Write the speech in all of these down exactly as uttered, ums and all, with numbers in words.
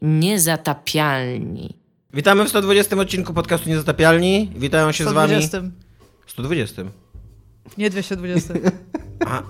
Niezatapialni. Witamy w sto dwudziestym odcinku podcastu Niezatapialni. Witają się sto dwudziestym. z wami... sto dwudziestym. Nie dwieście dwudziestym. A.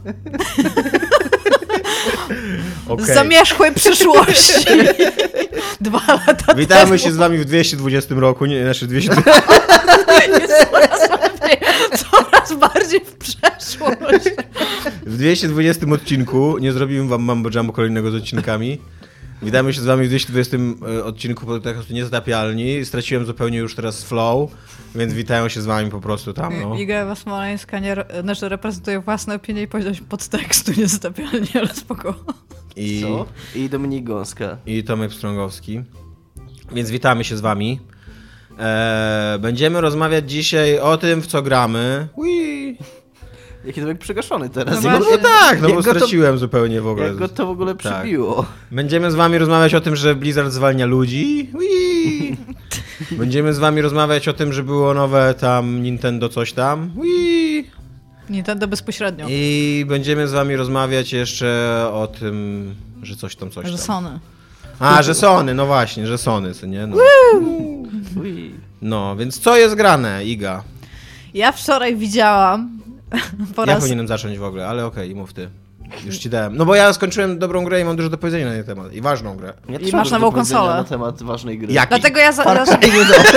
Okay. Z zamierzchłej przyszłości. Dwa lata Witamy temu. się z wami w dwieście dwudziestym roku. Nie, znaczy dwieście... Jest coraz lepiej, coraz bardziej w przeszłość. W dwieście dwudziestym odcinku nie zrobiłem wam mambo jumbo kolejnego z odcinkami. Witamy się z wami w dwieście dwudziestym odcinku podcastu Niezatapialni. Straciłem zupełnie już teraz flow, więc witają się z wami po prostu tam. No. Iga Ewa Smoleńska nie, znaczy reprezentuje własne opinie i powiedziałeś podtekstu Niezatapialni, ale spoko. I, Co? I Dominik Gąska. I Tomek Pstrągowski. Więc witamy się z wami. Eee, będziemy rozmawiać dzisiaj o tym, w co gramy. Ui. Jaki Tomek przegaszony teraz. No No, no tak, no Jak bo go to- straciłem zupełnie w ogóle. Jak go to w ogóle Tak. przybiło. Będziemy z wami rozmawiać o tym, że Blizzard zwalnia ludzi. Ui. Będziemy z wami rozmawiać o tym, że było nowe tam Nintendo coś tam. Ui. Nintendo bezpośrednio. I będziemy z wami rozmawiać jeszcze o tym, że coś tam, coś Że tam. Sony. A, że Sony, no właśnie, że Sony, co nie? No. Ui. no, więc co jest grane, Iga? Ja wczoraj widziałam po Ja raz... powinienem zacząć w ogóle, ale okej, mów ty. Już ci dałem. No bo ja skończyłem dobrą grę i mam dużo do powiedzenia na ten temat. I ważną grę. Ja I też masz mam nową do powiedzenia konsolę. Na temat ważnej gry. Jak? Dlatego ja, za... Far zacznę... Cry nie do-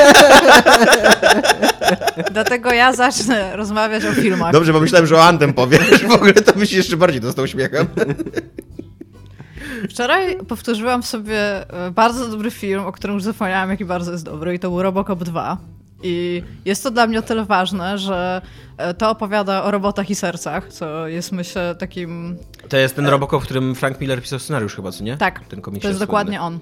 Dlatego ja zacznę rozmawiać o filmach. Dobrze, bo myślałem, że o Anthem powiesz. W ogóle to byś jeszcze bardziej dostał śmiechem. Wczoraj powtórzyłam sobie e, bardzo dobry film, o którym już zapomniałam, jaki bardzo jest dobry, i to był Robocop dwa. I jest to dla mnie o tyle ważne, że e, to opowiada o robotach i sercach, co jest, myślę, takim... To jest ten Robocop, w którym Frank Miller pisał scenariusz chyba, co nie? Tak, Ten komiks to jest dokładnie on.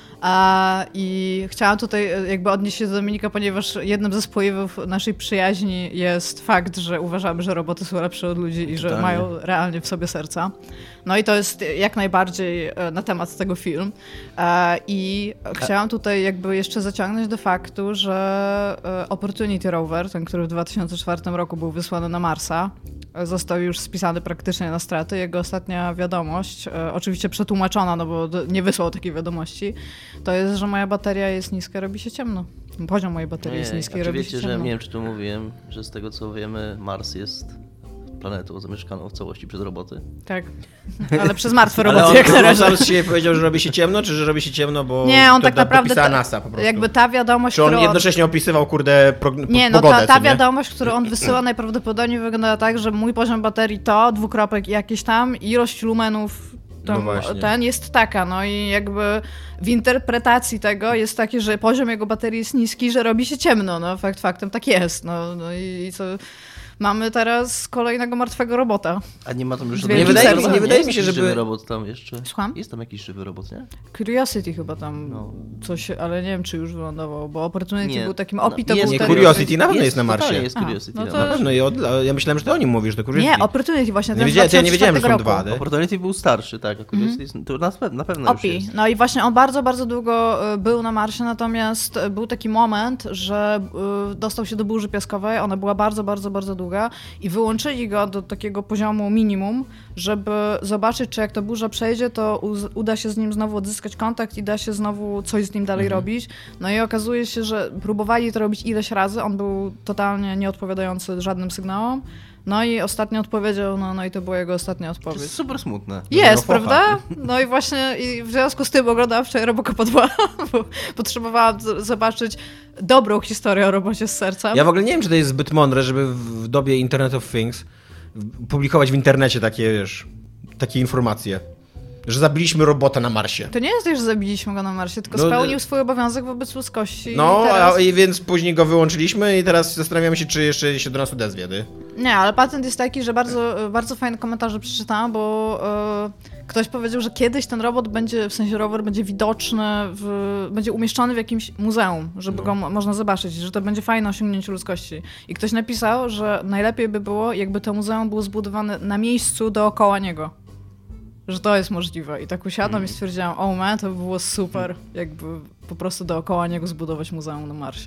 A, I chciałam tutaj e, jakby odnieść się do Dominika, ponieważ jednym ze spływów naszej przyjaźni jest fakt, że uważamy, że roboty są lepsze od ludzi i że Totalnie. mają realnie w sobie serca. No i to jest jak najbardziej e, na temat tego film. E, I chciałam tutaj jakby jeszcze zaciągnąć do faktu, że e, Opportunity Rover, ten, który w dwa tysiące czwartym roku był wysłany na Marsa, e, został już spisany praktycznie na straty. Jego ostatnia wiadomość, e, oczywiście przetłumaczona, no bo d- nie wysłał takiej wiadomości, to jest, że moja bateria jest niska, robi się ciemno. Poziom mojej baterii jest niski, a czy robi wiecie, się że ciemno. nie wiem, czy tu mówiłem, że z tego co wiemy, Mars jest planetą zamieszkaną w całości przez roboty. Tak, ale przez martwe Ale roboty on, jak na on razie. sam z siebie powiedział, że robi się ciemno, czy że robi się ciemno, bo Nie, on to tak da- naprawdę dopisała ta- NASA po prostu. Jakby ta wiadomość, Czy on którą jednocześnie opisywał, kurde, prog- Nie, no pogodę, ta, ta co nie? wiadomość, którą on wysyła, najprawdopodobniej wygląda tak, że mój poziom baterii to, dwukropek jakieś tam, ilość lumenów No tam, właśnie. ten jest taka, no i jakby w interpretacji tego jest taki, że poziom jego baterii jest niski, że robi się ciemno, no fakt faktem tak jest, no, no i, i co... Mamy teraz kolejnego martwego robota. A nie ma tam już Nie żadnego wydaje mi- serca? nie wydaje jest mi się, jakiś żeby- żywy robot tam jeszcze. Słucham? Jest tam jakiś żywy robot, nie? Curiosity chyba tam No. coś, ale nie wiem, czy już wylądował, bo Opportunity Nie. był takim... No, Opi to jest- był Nie, ten... Curiosity na pewno jest na totalnie Marsie. jest A, Curiosity. no na to- Na Marsie. pewno, i od, ja myślałem, że ty o nim mówisz, to Curiosity. Nie, Opportunity właśnie, Nie ten z wiedziałem- ja nie wiedziałem, że są dwa tysiące czwartego dwa. roku. Opportunity był starszy, tak, a Curiosity jest, to na, pe- na pewno już Opi. jest. No i właśnie on bardzo, bardzo długo y, był na Marsie, natomiast y, był taki moment, że y, dostał się do burzy piaskowej, ona była bardzo, bardzo, bardzo długa i wyłączyli go do takiego poziomu minimum, żeby zobaczyć, czy jak ta burza przejdzie, to uz- uda się z nim znowu odzyskać kontakt i da się znowu coś z nim dalej Mhm. robić. No i okazuje się, że próbowali to robić ileś razy, on był totalnie nieodpowiadający żadnym sygnałom. No i ostatnio odpowiedział, no, no i to była jego ostatnia To odpowiedź. jest super smutne. Jest, No, focha. prawda? No i właśnie i w związku z tym oglądałam wczoraj Robocopa dwa, bo potrzebowałam z- zobaczyć dobrą historię o robocie z sercem. Ja w ogóle nie wiem, czy to jest zbyt mądre, żeby w dobie Internet of Things w- publikować w internecie takie, wiesz, takie informacje, że zabiliśmy robota na Marsie. To nie jest tak, że zabiliśmy go na Marsie, tylko No, spełnił swój obowiązek wobec ludzkości. No, i teraz... a, i więc później go wyłączyliśmy i teraz zastanawiamy się, czy jeszcze się do nas odezwie, ty? Nie, ale patent jest taki, że bardzo, bardzo fajne komentarze przeczytałam, bo e, ktoś powiedział, że kiedyś ten robot będzie, w sensie rower będzie widoczny, w, będzie umieszczony w jakimś muzeum, żeby No. go mo- można zobaczyć, że to będzie fajne osiągnięcie ludzkości. I ktoś napisał, że najlepiej by było, jakby to muzeum było zbudowane na miejscu dookoła niego. Że to jest możliwe. I tak usiadłam Mm. i stwierdziłam, o man, to by było super, jakby po prostu dookoła niego zbudować muzeum na Marsie.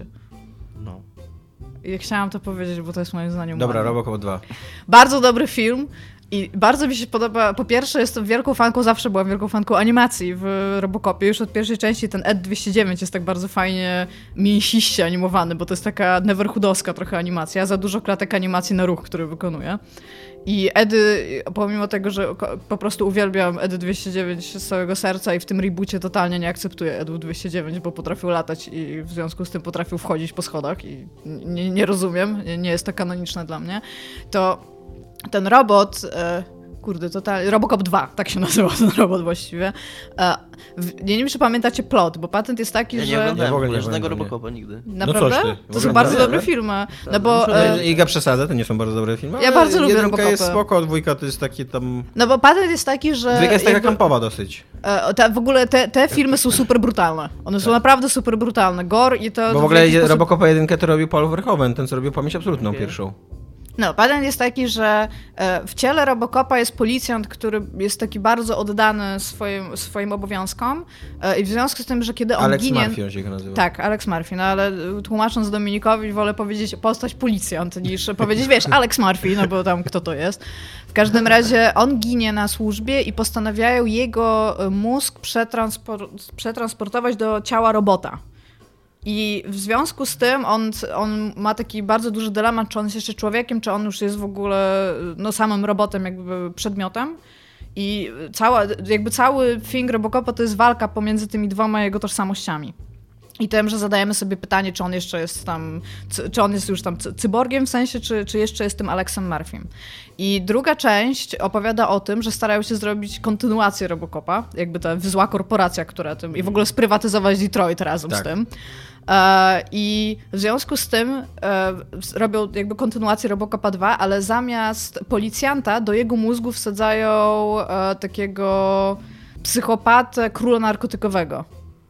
No. I chciałam to powiedzieć, bo to jest moim zdaniem Dobra, ładne. Robocop dwa. Bardzo dobry film. I bardzo mi się podoba, po pierwsze jestem wielką fanką, zawsze byłam wielką fanką animacji w Robocopie. Już od pierwszej części ten Ed dwieście dziewięć jest tak bardzo fajnie mięsiście animowany, bo to jest taka neverhoodowska trochę animacja, za dużo klatek animacji na ruch, który wykonuje. I Edy, pomimo tego, że po prostu uwielbiam Edy dwieście dziewięć z całego serca i w tym reboocie totalnie nie akceptuję Edu dwieście dziewięć, bo potrafił latać i w związku z tym potrafił wchodzić po schodach i nie, nie rozumiem, nie jest to kanoniczne dla mnie, to ten robot, e, kurde, totalnie, Robocop dwa, tak się nazywa ten robot właściwie. E, w, nie wiem, czy pamiętacie plot, bo patent jest taki, ja że... nie oglądałem ja w ogóle nie żadnego pamiętam, Robocopa nigdy. Naprawdę? No coś ty, to są bardzo oglądałem. dobre filmy. Tak, No bo... E, E, Iga przesadza, to nie są bardzo dobre filmy. Ja bardzo lubię jedynka Robocopy. jest spoko, dwójka to jest takie tam... no bo patent jest taki, że... Dwójka jest taka jakby- kampowa dosyć. E, te, w ogóle te, te filmy są super brutalne. One są naprawdę super brutalne. Gore i to... Bo w w ogóle jakiś sposób- Robocopa jedynkę to robił Paul Verhoeven, ten co robił Pamięć Absolutną Okay. pierwszą. No, patent jest taki, że e, w ciele Robocopa jest policjant, który jest taki bardzo oddany swoim, swoim obowiązkom e, i w związku z tym, że kiedy on Alex ginie... Murphy on się go nazywa. Tak, Alex Murphy, no ale tłumacząc Dominikowi wolę powiedzieć postać policjant niż powiedzieć, wiesz, Alex Murphy, no bo tam kto to jest. W każdym razie on ginie na służbie i postanawiają jego mózg przetranspor- przetransportować do ciała robota. I w związku z tym on, on ma taki bardzo duży dylemat, czy on jest jeszcze człowiekiem, czy on już jest w ogóle no, samym robotem, jakby przedmiotem. I cała, jakby cały film Robocopa to jest walka pomiędzy tymi dwoma jego tożsamościami. I tym, że zadajemy sobie pytanie, czy on jeszcze jest tam, czy on jest już tam cyborgiem w sensie, czy, czy jeszcze jest tym Alexem Murphym. I druga część opowiada o tym, że starają się zrobić kontynuację Robocopa, jakby ta zła korporacja, która tym, i w ogóle sprywatyzować Detroit razem tak. z tym. E, I w związku z tym e, robią jakby kontynuację Robocopa dwa, ale zamiast policjanta do jego mózgu wsadzają e, takiego psychopatę króla narkotykowego.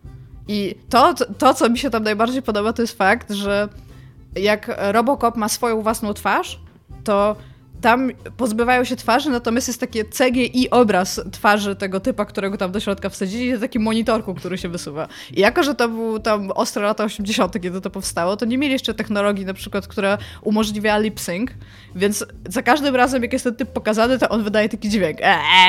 I to, to, co mi się tam najbardziej podoba, to jest fakt, że jak Robocop ma swoją własną twarz, to tam pozbywają się twarzy, natomiast jest takie C G I obraz twarzy tego typa, którego tam do środka wsadzili, i takim monitorku, który się wysuwa. I jako, że to był tam ostre lata osiemdziesiąte, kiedy to powstało, to nie mieli jeszcze technologii na przykład, która umożliwiała lip sync, więc za każdym razem, jak jest ten typ pokazany, to on wydaje taki dźwięk.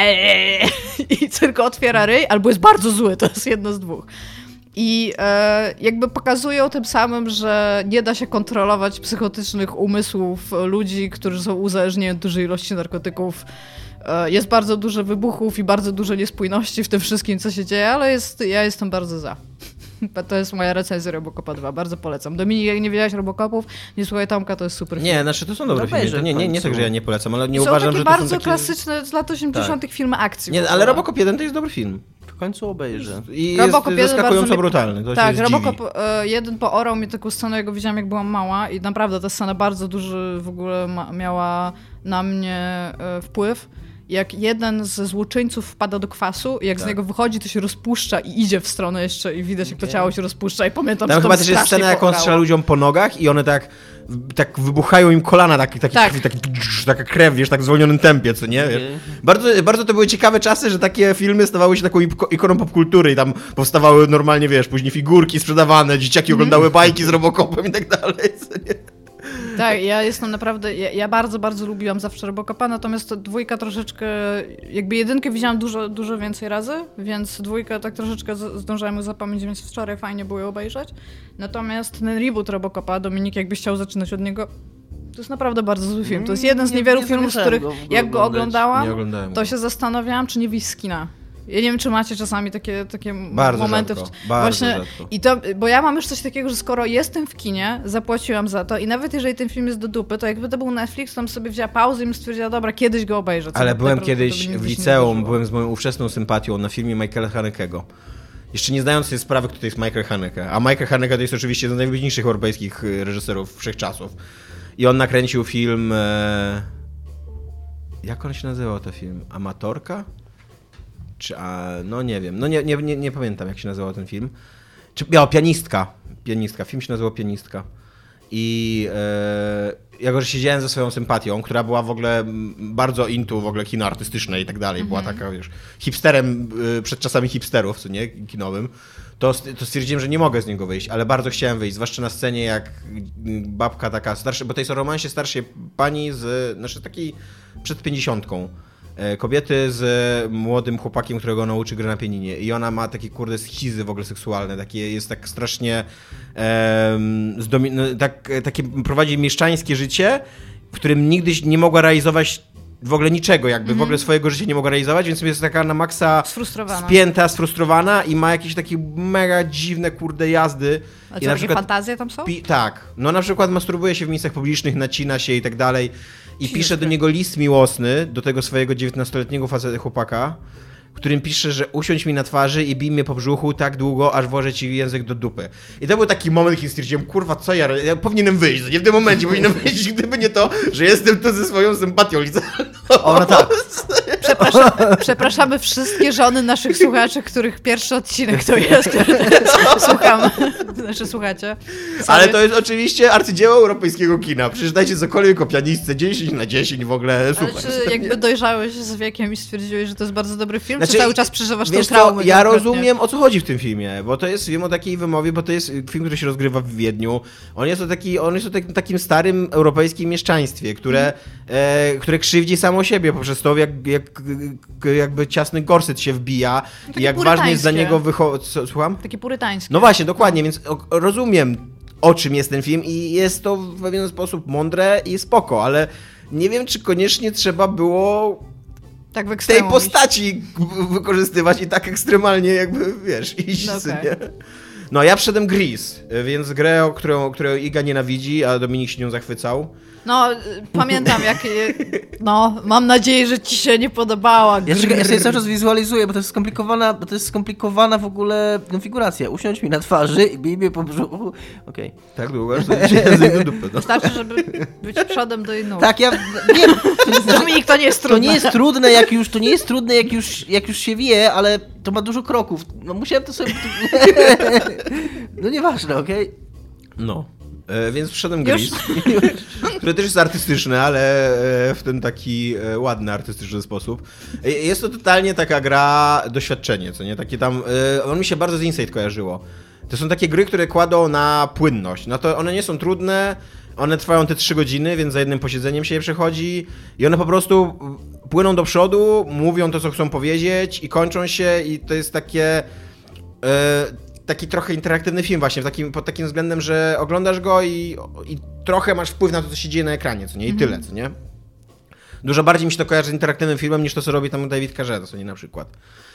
I tylko otwiera ryj, albo jest bardzo zły, to jest jedno z dwóch. I e, jakby pokazują tym samym, że nie da się kontrolować psychotycznych umysłów ludzi, którzy są uzależnieni od dużej ilości narkotyków. E, jest bardzo dużo wybuchów i bardzo dużo niespójności w tym wszystkim, co się dzieje, ale jest, ja jestem bardzo za. To jest moja recenzja Robocopa dwa, bardzo polecam. Dominik, jak nie widziałeś Robocopów, nie słuchaj Tomka, to jest super Nie, film. znaczy to są dobre No filmy. To nie, nie, nie w tak, że ja nie polecam, ale nie są uważam, takie że to bardzo są takie... klasyczne z lat osiemdziesiątych filmy akcji. Nie, ale Robocop jeden to jest dobry film. W końcu obejrzę. I Robocop jest jeden zaskakująco bardzo mnie- brutalny. To Tak, się Robocop e, jeden poorał mi taką scenę, jak go widziałam, jak byłam mała, i naprawdę ta scena bardzo duży w ogóle ma, miała na mnie e, wpływ. Jak jeden ze złoczyńców wpada do kwasu i jak Tak. z niego wychodzi, to się rozpuszcza i idzie w stronę jeszcze i widać, jak to Okay. ciało się rozpuszcza, i pamiętam, Tam że to chyba mnie też jest strasznie scena, jak on poorało. strzela ludziom po nogach i one tak, tak wybuchają im kolana, taki, taki, Tak. taki, taki, taka krew, wiesz, tak w zwolnionym tempie, co nie? Okay. Bardzo, bardzo to były ciekawe czasy, że takie filmy stawały się taką iko- ikoną popkultury i tam powstawały normalnie, wiesz, później figurki sprzedawane, dzieciaki oglądały bajki z Robocopem i tak dalej, co nie? Tak, ja jestem naprawdę, ja, ja bardzo, bardzo lubiłam zawsze Robocopa, natomiast dwójka troszeczkę, jakby jedynkę widziałam dużo, dużo więcej razy, więc dwójkę tak troszeczkę z- zdążyłam ją zapamiętać, więc wczoraj fajnie było ją obejrzeć. Natomiast ten reboot Robocopa, Dominik, jakbyś chciał zaczynać od niego, to jest naprawdę bardzo zły film. To jest jeden z Nie- niewielu nie filmów, z zamierzałem których go w ogóle jak go oglądać. oglądałam, Nie oglądałem to go. się zastanawiałam, czy nie wyjść z kina. Ja nie wiem, czy macie czasami takie, takie Bardzo momenty. rzadko, w... bardzo Właśnie, rzadko. I to, bo ja mam już coś takiego, że skoro jestem w kinie, zapłaciłam za to i nawet jeżeli ten film jest do dupy, to jakby to był Netflix, to bym sobie wzięła pauzę i bym stwierdziła, dobra, kiedyś go obejrzę. Co Ale tak byłem naprawdę kiedyś to by nigdy w się nie liceum, wydarzyło. byłem z moją ówczesną sympatią na filmie Michaela Hanekego. Jeszcze nie zdając sobie sprawy, kto to jest Michael Haneke. A Michael Haneke to jest oczywiście jeden z najwybitniejszych europejskich y, reżyserów wszechczasów. I on nakręcił film... E... Jak on się nazywał, ten film? Amatorka? Czy... A... No nie wiem. No nie, nie, nie, nie pamiętam, jak się nazywał ten film. Czy... Ja, Pianistka. Pianistka. Film się nazywał Pianistka. i e, jako, że siedziałem ze swoją sympatią, która była w ogóle bardzo into w ogóle kino artystyczne i tak dalej, była taka, wiesz, hipsterem y, przed czasami hipsterów, co nie, kinowym, to, to stwierdziłem, że nie mogę z niego wyjść, ale bardzo chciałem wyjść, zwłaszcza na scenie, jak babka taka starsza, bo to jest o romansie starszej pani z, znaczy takiej przed pięćdziesiątką, kobiety z młodym chłopakiem, którego ona uczy gry na pianinie i ona ma takie kurde schizy w ogóle seksualne, takie jest tak strasznie um, zdomi- no, tak, takie prowadzi mieszczańskie życie, w którym nigdy nie mogła realizować w ogóle niczego, jakby mm-hmm. w ogóle swojego życia nie mogła realizować, więc jest taka na maksa sfrustrowana. spięta, sfrustrowana i ma jakieś takie mega dziwne kurde jazdy. A co, I na takie przykład, fantazje tam są? Pi- tak, no na przykład masturbuje się w miejscach publicznych, nacina się i tak dalej. I Jezu. pisze do niego list miłosny, do tego swojego dziewiętnastoletniego faceta chłopaka, w którym pisze, że usiądź mi na twarzy i bij mnie po brzuchu tak długo, aż włożę ci język do dupy. I to był taki moment, kiedy stwierdziłem, kurwa, co ja, ja powinienem wyjść, nie w tym momencie powinienem wyjść, gdyby nie to, że jestem tu ze swoją sympatią licealną. Ona tak. Przepraszam, przepraszamy wszystkie żony naszych słuchaczy, których pierwszy odcinek to jest, który słuchamy. Znaczy słuchacie. Sorry. Ale to jest oczywiście arcydzieło europejskiego kina. Przeczytajcie cokolwiek o pianistce, dziesięć na dziesięć w ogóle, super. Ale czy jakby dojrzałeś z wiekiem i stwierdziłeś, że to jest bardzo dobry film, Znaczy, czy cały czas przeżywasz wiesz tą traumę? co, ja konkretnie? rozumiem, o co chodzi w tym filmie, bo to jest film o takiej wymowie, bo to jest film, który się rozgrywa w Wiedniu. On jest o, taki, on jest o tak, takim starym europejskim mieszczaństwie, które, mm. e, które krzywdzi samo siebie poprzez to, jak, jak, jakby ciasny gorset się wbija i jak ważnie jest za niego wychować. Słucham? Takie purytańskie. No właśnie, dokładnie, więc o, rozumiem, o czym jest ten film i jest to w pewien sposób mądre i spoko, ale nie wiem, czy koniecznie trzeba było tak w tej postaci wykorzystywać i tak ekstremalnie jakby, wiesz, iść, no okay. nie? No, ja wszedłem Grease, więc grę, o którą, którą Iga nienawidzi, a Dominik się nią zachwycał. No, pamiętam jak... No, mam nadzieję, że ci się nie podobała. Ja, czekaj, ja sobie cały czas wizualizuję, bo to jest skomplikowana, bo to jest skomplikowana w ogóle konfiguracja. Usiądź mi na twarzy i bij mnie po brzuchu. Okej. Okay. Tak długo, że to się język do dupy. No. Wystarczy, żeby być przodem do innych. Tak, ja wiem. Dominik, to nie jest trudne. To nie jest trudne, jak już, to nie jest trudne, jak już, jak już się wie, ale to ma dużo kroków. No musiałem to sobie... No nieważne, okej? Okay? No. E, więc wszedłem Grease, który też jest artystyczny, ale e, w ten taki e, ładny, artystyczny sposób. E, jest to totalnie taka gra doświadczenie, co nie? Takie tam, e, on mi się bardzo z Inside kojarzyło. To są takie gry, które kładą na płynność. No to one nie są trudne, one trwają te trzy godziny, więc za jednym posiedzeniem się je przechodzi i one po prostu płyną do przodu, mówią to, co chcą powiedzieć i kończą się i to jest takie... E, taki trochę interaktywny film właśnie, takim, pod takim względem, że oglądasz go i, i trochę masz wpływ na to, co się dzieje na ekranie, co nie? I mm-hmm. tyle, co nie? Dużo bardziej mi się to kojarzy z interaktywnym filmem, niż to, co robi tam David Carrera, co nie, na przykład.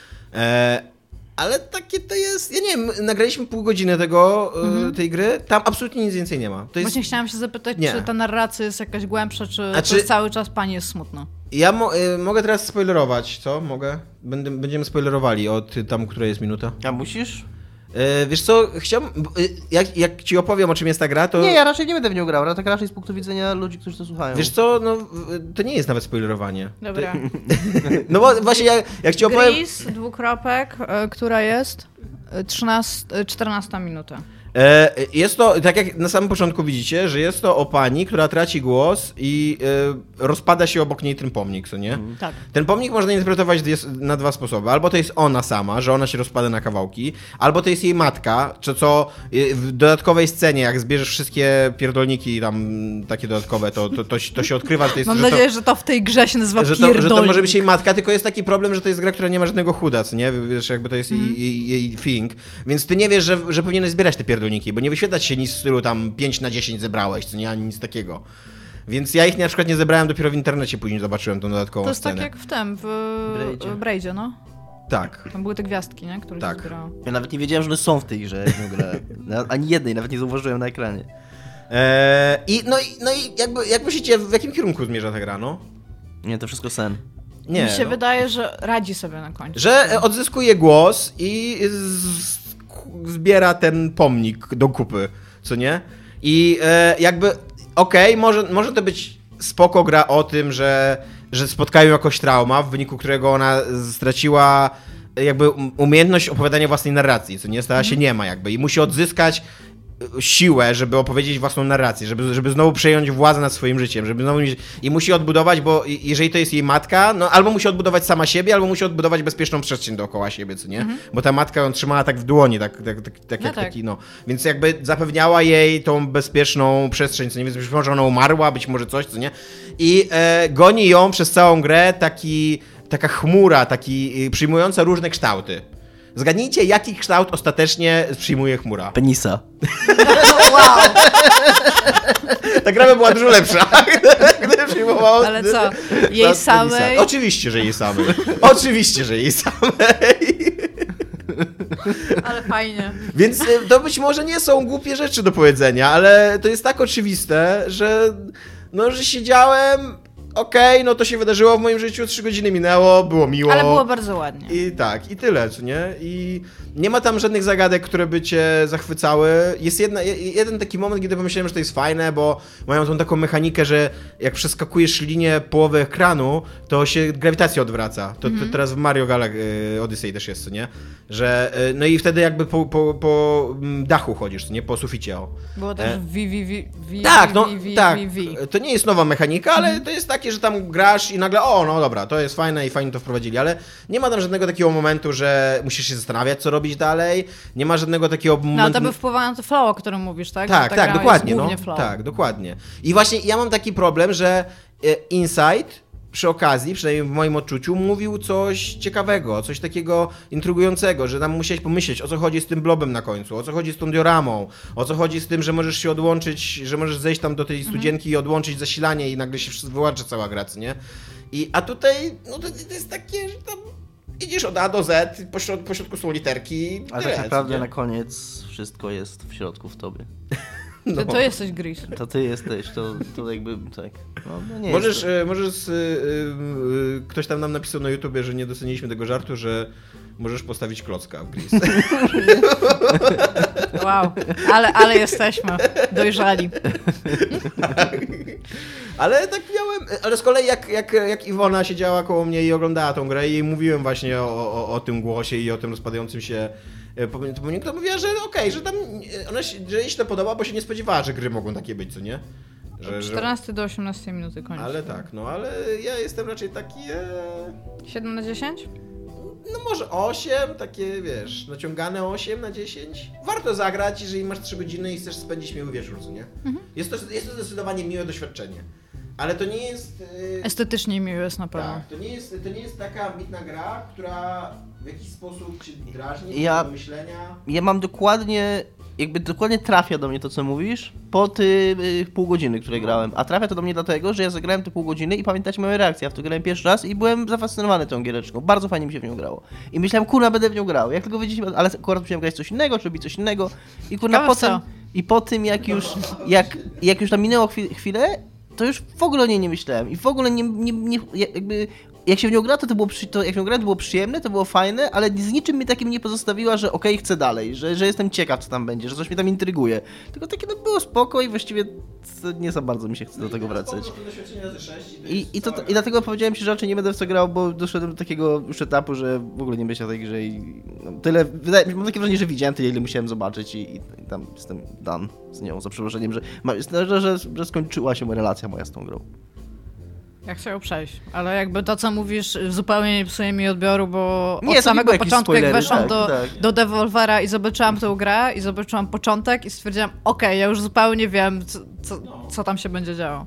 E, ale takie to jest, ja nie wiem, nagraliśmy pół godziny tego, mm-hmm. tej gry, tam absolutnie nic więcej nie ma. To jest... Właśnie chciałam się zapytać, nie. czy ta narracja jest jakaś głębsza, czy znaczy... to jest cały czas pani jest smutna? Ja mo- y, mogę teraz spoilerować, co? Mogę? Będę, będziemy spoilerowali od tam, która jest minuta. A musisz? Yy, wiesz co, chciałbym, yy, jak, jak ci opowiem, o czym jest ta gra, to... Nie, ja raczej nie będę w nią grał, ale tak raczej z punktu widzenia ludzi, którzy to słuchają. Wiesz co, no to nie jest nawet spoilerowanie. Dobra. To... No bo właśnie jak, jak ci opowiem... Grease, dwukropek, y, która jest trzynasta, czternasta minuta. Jest to, tak jak na samym początku widzicie, że jest to o pani, która traci głos i y, rozpada się obok niej ten pomnik, co nie? Mm. Tak. Ten pomnik można interpretować na dwa sposoby. Albo to jest ona sama, że ona się rozpada na kawałki, albo to jest jej matka, czy co w dodatkowej scenie, jak zbierzesz wszystkie pierdolniki tam takie dodatkowe, to, to, to, to się odkrywa, że to jest... Mam że nadzieję, to, że to w tej grze się nazywa że to, że to może być jej matka, tylko jest taki problem, że to jest gra, która nie ma żadnego chuda, co nie? Wiesz, jakby to jest mm. jej, jej, jej thing. Więc ty nie wiesz, że, że powinieneś zbierać te pierdolniki, bo nie wyświetla ci się nic w stylu tam pięć na dziesięć zebrałeś, co nie, ani nic takiego. Więc ja ich na przykład nie zebrałem, dopiero w internecie później zobaczyłem tą dodatkową To jest scenę. tak jak w tym, w Braidzie, w Braidzie no. Tak. Tam były te gwiazdki, nie? Które tak. się zbierało. Ja nawet nie wiedziałem, że one są w tej grze w ogóle. Ani jednej, nawet nie zauważyłem na ekranie. Eee, i, no, i, no i jakby, jak myślicie, w jakim kierunku zmierza ta gra, no? Nie, to wszystko sen. Nie, Mi się no. wydaje, że radzi sobie na końcu. Że odzyskuje głos i z, zbiera ten pomnik do kupy, co nie? I e, jakby, okej, okay, może, może to być spoko gra o tym, że, że spotkają jakoś trauma, w wyniku którego ona straciła jakby umiejętność opowiadania własnej narracji, co nie? Stała się niema jakby i musi odzyskać siłę, żeby opowiedzieć własną narrację, żeby, żeby znowu przejąć władzę nad swoim życiem, żeby znowu mieć, i musi odbudować, bo jeżeli to jest jej matka, no albo musi odbudować sama siebie, albo musi odbudować bezpieczną przestrzeń dookoła siebie, co nie? Mhm. Bo ta matka ją trzymała tak w dłoni, tak, tak, tak, tak no jak tak. taki, no. Więc jakby zapewniała jej tą bezpieczną przestrzeń, co nie? Więc być może ona umarła, być może coś, co nie? I e, goni ją przez całą grę taki, taka chmura, taki y, przyjmująca różne kształty. Zgadnijcie, jaki kształt ostatecznie przyjmuje chmura. Penisa. Wow, Ta gra by była dużo lepsza, gdyby przyjmowała... ale co, kształt jej samej? penisa. Oczywiście, że jej samej. Oczywiście, że jej samej. Ale fajnie. Więc y, to być może nie są głupie rzeczy do powiedzenia, ale to jest tak oczywiste, że no, że siedziałem... Okej, okay, no to się wydarzyło w moim życiu, trzy godziny minęło, było miło. Ale było bardzo ładnie. I tak, i tyle, co nie? I nie ma tam żadnych zagadek, które by cię zachwycały. Jest jedna, jeden taki moment, kiedy pomyślałem, że to jest fajne, bo mają tą taką mechanikę, że jak przeskakujesz linię połowy ekranu, to się grawitacja odwraca. To, mm-hmm. to teraz w Mario Galaxy Odyssey też jest, co nie? Że, no i wtedy jakby po, po, po dachu chodzisz, co nie? Po suficie, o. Było też V V V V. Tak, no v, v, tak. v, v. To nie jest nowa mechanika, ale mm. to jest takie, że tam grasz i nagle, o, no dobra, to jest fajne i fajnie to wprowadzili, ale nie ma tam żadnego takiego momentu, że musisz się zastanawiać, co robić dalej. Nie ma żadnego takiego momentu... No to by wpływało na to flow, o którym mówisz, tak? Tak, ta tak, gra dokładnie. jest No, głównie flow. tak, dokładnie. I właśnie ja mam taki problem, że Inside przy okazji, przynajmniej w moim odczuciu, mówił coś ciekawego, coś takiego intrygującego, że tam musiałeś pomyśleć, o co chodzi z tym blobem na końcu, o co chodzi z tą dioramą, o co chodzi z tym, że możesz się odłączyć, że możesz zejść tam do tej studzienki i odłączyć zasilanie i nagle się wyłącza cała gra, nie? I, a tutaj, no to, to jest takie, że tam idziesz od A do Z, po, środ- po środku są literki. A tyle, tak naprawdę nie? na koniec wszystko jest w środku w tobie. No. To, to jesteś Gris. To ty jesteś, to, to jakby tak. No, no nie Możesz, jest e, możesz, e, e, ktoś tam nam napisał na YouTubie, że nie doceniliśmy tego żartu, że możesz postawić klocka w Gris. Wow, ale, ale jesteśmy dojrzali. Ale tak miałem, ale z kolei jak, jak, jak Iwona siedziała koło mnie i oglądała tą grę i jej mówiłem właśnie o, o, o tym głosie i o tym rozpadającym się pomniku, to mówiła, że okej, okay, że tam ona się, że jej się to podoba, bo się nie spodziewała, że gry mogą takie być, co nie? Że, Od czternastej do osiemnastej minuty koniec. Ale tak, no ale ja jestem raczej taki... E... siedem na dziesięć? No może osiem, takie wiesz, naciągane osiem na dziesięć. Warto zagrać, jeżeli masz trzy godziny i chcesz spędzić miły wieczór, co nie? Mhm. Jest, to, jest to zdecydowanie miłe doświadczenie. Ale to nie jest... Yy... Estetycznie miły jest na pewno. Tak, to nie jest, to nie jest taka ambitna gra, która w jakiś sposób cię drażni, ja, do myślenia. Ja mam dokładnie, jakby dokładnie trafia do mnie to, co mówisz, po ty y, pół godziny, które grałem. A trafia to do mnie dlatego, że ja zagrałem te pół godziny i pamiętacie moją reakcję. Ja w to grałem pierwszy raz i byłem zafascynowany tą giereczką. Bardzo fajnie mi się w nią grało. I myślałem, kurna, będę w nią grał. Jak tylko wiedzieliśmy, ale akurat musiałem grać coś innego, czy robić coś innego. I kurna, Ciekawe potem, co? i po tym, jak już, jak, jak już tam minęło chwi- chwilę, to już w ogóle o niej nie myślałem. I w ogóle nie, nie, nie jakby... Jak się w nią gra, to, to było, przy, to jak w nią grałem, to było przyjemne, to było fajne, ale z niczym mnie takim nie pozostawiła, że okej, okay, chcę dalej, że, że jestem ciekaw, co tam będzie, że coś mnie tam intryguje. Tylko takie no było spoko i właściwie nie za bardzo mi się chce do tego wracać. I, i, to, I dlatego powiedziałem ci, że raczej nie będę w co grał, bo doszedłem do takiego już etapu, że w ogóle nie myślę o tej grze i no, tyle, wydaje, mam takie wrażenie, że widziałem tyle, ile musiałem zobaczyć i, i tam jestem done z nią, za przeproszeniem, że, że, że, że skończyła się relacja moja z tą grą. Ja chcę ją przejść, ale jakby to, co mówisz, zupełnie nie psuje mi odbioru, bo nie, od samego początku, spoilery, jak weszłam tak, do, tak. do Devolvera i zobaczyłam tę grę i zobaczyłam początek i stwierdziłam, okej, okay, ja już zupełnie wiem, co, co, co tam się będzie działo.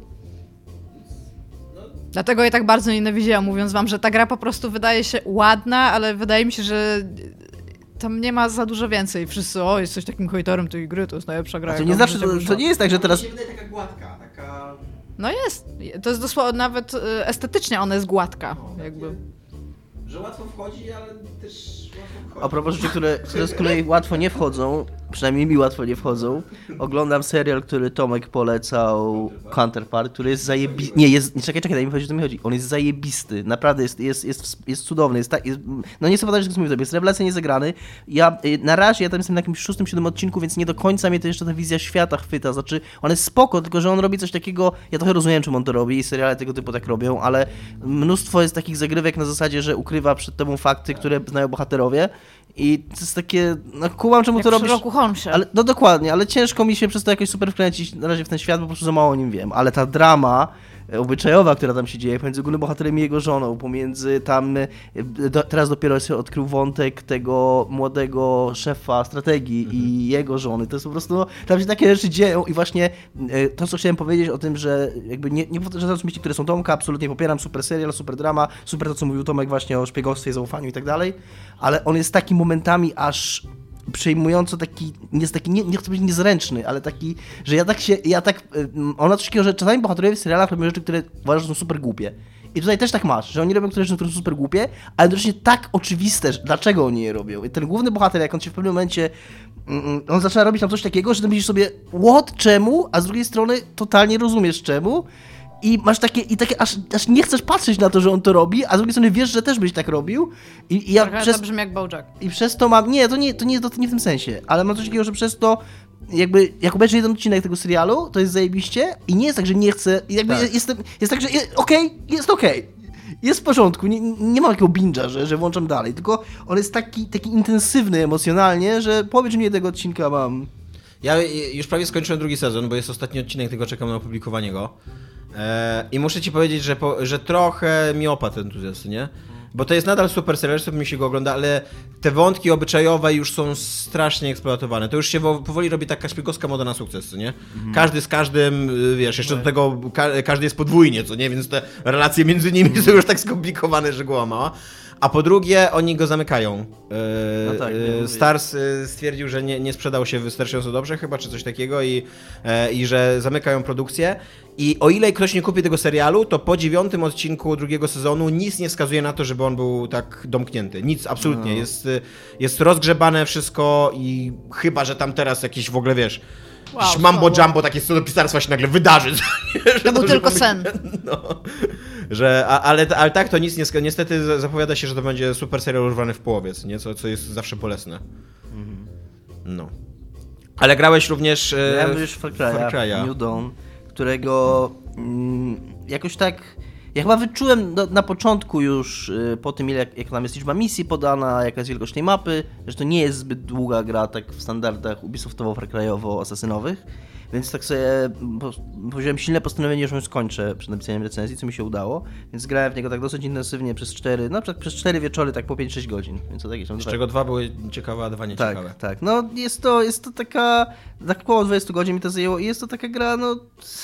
Dlatego ja tak bardzo nienawidziłam, mówiąc wam, że ta gra po prostu wydaje się ładna, ale wydaje mi się, że tam nie ma za dużo więcej. Wszyscy, o, jesteś takim hejterem tej gry, to jest najlepsza gra. A to nie znaczy, to, to nie jest tak, że teraz... To się wydaje taka gładka, taka... No jest. To jest dosłownie, nawet estetycznie ona jest gładka. No, jakby. Że łatwo wchodzi, ale też łatwo wchodzi. A propos rzeczy, które, które z kolei łatwo nie wchodzą, przynajmniej mi łatwo nie wchodzą, oglądam serial, który Tomek polecał, Counterpart, który jest zajebisty. Nie, jest, nie, czekaj, czekaj, daj mi powiedzieć, o co mi chodzi. On jest zajebisty, naprawdę jest, jest, jest, jest cudowny. Jest, jest, no nie chcę podać, że to jest rewelacyjnie zagrany. Ja na razie, ja tam jestem na jakimś szóstym, siódmym odcinku, więc nie do końca mnie to jeszcze ta wizja świata chwyta. Znaczy, on jest spoko, tylko że on robi coś takiego, ja trochę rozumiem, czym on to robi i seriale tego typu tak robią, ale mnóstwo jest takich zagrywek na zasadzie, że ukrywa przed tobą fakty, które znają bohaterowie. I to jest takie, no kumam czemu Jak to przy robisz. Sherlocku Holmesie. Ale, no dokładnie, ale ciężko mi się przez to jakoś super wkręcić na razie w ten świat, bo po prostu za mało o nim wiem. Ale ta drama obyczajowa, która tam się dzieje, pomiędzy głównym bohaterem i jego żoną, pomiędzy tam, do, teraz dopiero się odkrył wątek tego młodego szefa strategii mhm. i jego żony, to jest po prostu, no, tam się takie rzeczy dzieją i właśnie to, co chciałem powiedzieć o tym, że jakby nie, nie powtarzając myśli, które są Tomka, absolutnie popieram, super serial, super drama, super to, co mówił Tomek właśnie o szpiegostwie, zaufaniu i tak dalej, ale on jest taki momentami aż przejmująco taki, jest taki, nie, nie chcę być niezręczny, ale taki, że ja tak się, ja tak, ona coś takiego, że czasami bohaterowie w serialach robią rzeczy, które uważasz, że są super głupie. I tutaj też tak masz, że oni robią które rzeczy, które są super głupie, ale jednocześnie tak oczywiste, że dlaczego oni je robią. I ten główny bohater, jak on się w pewnym momencie, on zaczyna robić tam coś takiego, że ty myślisz sobie, what, czemu? A z drugiej strony totalnie rozumiesz czemu. I masz takie, i takie aż, aż nie chcesz patrzeć na to, że on to robi, a z drugiej strony wiesz, że też byś tak robił. I, i ja Trochę przez, to brzmi jak BoJack. I przez to mam, nie, to nie, to nie, to nie w tym sensie, ale mam coś takiego, że przez to jakby, jak obejrzę jeden odcinek tego serialu, to jest zajebiście i nie jest tak, że nie chcę, jakby tak. jest, jest, jest tak, że okej, okay, jest okej. Okay. Jest w porządku, nie, nie ma takiego binge'a, że, że włączam dalej, tylko on jest taki, taki intensywny emocjonalnie, że połowie czy nie tego odcinka mam. Ja już prawie skończyłem drugi sezon, bo jest ostatni odcinek, tylko czekam na opublikowanie go. Eee, I muszę ci powiedzieć, że, po, że trochę mi opadł entuzjazm, nie? Bo to jest nadal super serial, sobie mi się go ogląda, ale te wątki obyczajowe już są strasznie eksploatowane. To już się powoli robi taka szpiegowska moda na sukces, co nie? Mhm. Każdy z każdym, wiesz, jeszcze do tego ka- każdy jest podwójnie, co nie? Więc te relacje między nimi są już tak skomplikowane, że głowa mała. A po drugie, oni go zamykają. No tak, yy, Stars stwierdził, że nie, nie sprzedał się wystarczająco dobrze chyba, czy coś takiego i, yy, i że zamykają produkcję. I o ile ktoś nie kupi tego serialu, to po dziewiątym odcinku drugiego sezonu nic nie wskazuje na to, żeby on był tak domknięty. Nic, absolutnie. No. Jest, jest rozgrzebane wszystko i chyba, że tam teraz jakiś w ogóle, wiesz, wow, mambo jumbo, takie scenopisarstwa się nagle wydarzy. To był tylko sen. No. Że, a, ale, ale tak to nic nie, niestety zapowiada się, że to będzie super serial urwany w połowie, nie? Co, co jest zawsze bolesne. No. Ale grałeś również e, Grałem już w Far Cry'a, New Dawn, którego mm, jakoś tak, ja chyba wyczułem do, na początku już y, po tym, ile, jak, jak tam jest liczba misji podana, jaka jest wielkość tej mapy, że to nie jest zbyt długa gra, tak w standardach Ubisoftowo-Far Cry'owo-asasynowych. Więc tak sobie wziąłem silne postanowienie, że już skończę przed napisaniem recenzji, co mi się udało. Więc grałem w niego tak dosyć intensywnie przez cztery, no przez cztery wieczory, tak po pięć sześć godzin. Więc to takie są z dwa... czego dwa były ciekawe, a dwa nie tak, ciekawe. Tak, no jest to, jest to taka, tak około dwadzieścia godzin mi to zajęło i jest to taka gra, no...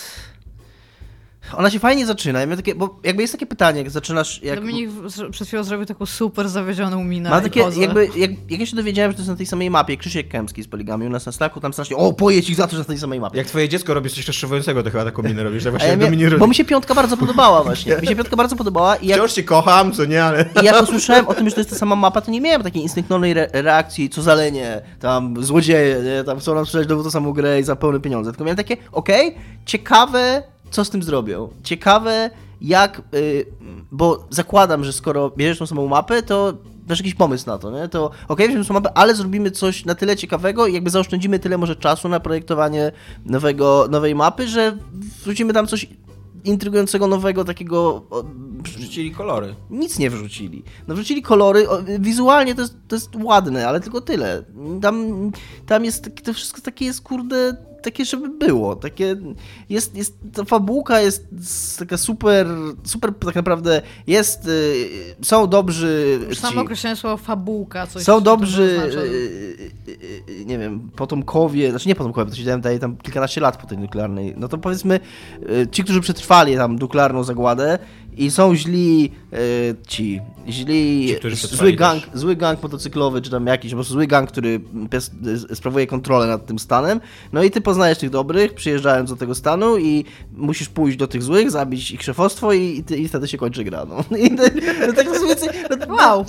Ona się fajnie zaczyna, ja takie, bo jakby jest takie pytanie, jak zaczynasz... Jak... Dominik przed chwilą zrobił taką super zawiedzioną minę. Ma takie, jakby, jak, jak ja się dowiedziałem, że to jest na tej samej mapie, Krzysiek Kępski z Poligami u nas na Slacku, tam strasznie, o, pojedź ich za to, że jest na tej samej mapie. Jak twoje dziecko robi coś rozczarowującego, to chyba taką minę robisz, że właśnie ja jak mia- Bo mi się piątka bardzo podobała właśnie, mi się piątka bardzo podobała i jak... Wciąż cię kocham, co nie, ale... I jak usłyszałem o tym, że to jest ta sama mapa, to nie miałem takiej instynktownej re- reakcji, co zalenie, tam złodzieje, nie? Tam chcą nam sprzedać znowu tą samą grę i za pełne pieniądze, tylko miałem takie, okej, okay, ciekawe, co z tym zrobią. Ciekawe, jak, yy, bo zakładam, że skoro bierzesz tą samą mapę, to masz jakiś pomysł na to, nie? To okej, okay, weźmiemy tą mapę, ale zrobimy coś na tyle ciekawego i jakby zaoszczędzimy tyle może czasu na projektowanie nowego, nowej mapy, że wrzucimy tam coś intrygującego, nowego, takiego... Wrzucili kolory. Nic nie wrzucili. No wrzucili kolory, wizualnie to jest, to jest ładne, ale tylko tyle. Tam, tam jest, to wszystko takie jest, kurde, takie, żeby było. Takie, jest, jest, ta fabułka jest taka super, super tak naprawdę jest, y, są dobrzy... Już samo określenie słowa fabułka. Coś są dobrzy, y, y, y, nie wiem, potomkowie, znaczy nie potomkowie, to siedziałem tutaj tam kilkanaście lat po tej nuklearnej, no to powiedzmy y, ci, którzy przetrwali tam nuklearną zagładę i są źli y, ci, źli, ci, zły gang, też. zły gang motocyklowy, czy tam jakiś, po prostu zły gang, który pes, sprawuje kontrolę nad tym stanem, no i ty poznajesz tych dobrych, przyjeżdżając do tego stanu i musisz pójść do tych złych, zabić ich szefostwo i, i, ty, i wtedy się kończy gra, no. I to, no tak to więcej, no, wow!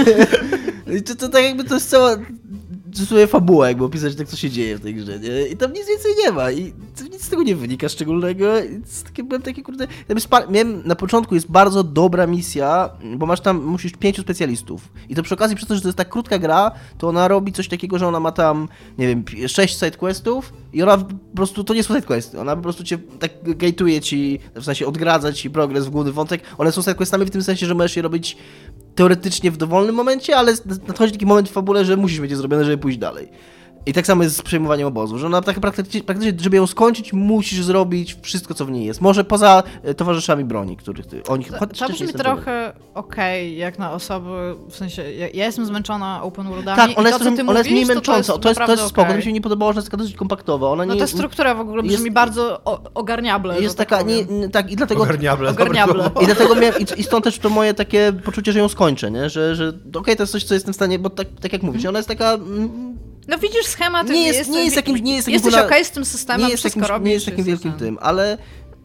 to, to tak jakby to jest cała sobie fabuła, jakby opisać tak, co się dzieje w tej grze, nie? I tam nic więcej nie ma i nic z tego nie wynika szczególnego. Takie, byłem taki, kurde... Miałem, na początku jest bardzo dobra misja, bo masz tam, musisz pięciu specjalistów. I to przy okazji, przez to, że to jest tak krótka gra, to ona robi coś takiego, że ona ma tam, nie wiem, sześć sidequestów i ona po prostu, to nie są sidequesty, ona po prostu cię tak gate'uje ci, w sensie odgradza ci progres w główny wątek. One są sidequestami w tym sensie, że możesz je robić teoretycznie w dowolnym momencie, ale nadchodzi taki moment w fabule, że musisz mieć je zrobione, żeby pójść dalej. I tak samo jest z przejmowaniem obozu, że ona tak praktycznie, praktycznie, żeby ją skończyć, musisz zrobić wszystko, co w niej jest. Może poza towarzyszami broni, których ty... Oni, to to brzmi trochę okej, okay, jak na osoby, w sensie, ja, ja jestem zmęczona open worldami tak, ona i to, jest, co ty ona mówisz, jest mniej męcząca, to, to jest, to jest spoko, okay. to mi się nie podobało, że jest taka dosyć kompaktowa. Ona no nie, ta struktura w ogóle brzmi jest, bardzo o, ogarniable. Jest taka, tak nie, tak i dlatego... Ogarniable. Ogarniable. I dlatego miałem, i, i stąd też to moje takie poczucie, że ją skończę, nie? Że, że okej, okay, to jest coś, co jestem w stanie, bo tak, tak jak mówisz, ona jest taka... Mm, no widzisz schemat, nie jest, nie jest jakimś, nie jest takim jesteś okej okay z tym systemem, nie jest wszystko robisz. Nie jest takim wielkim tym, ale...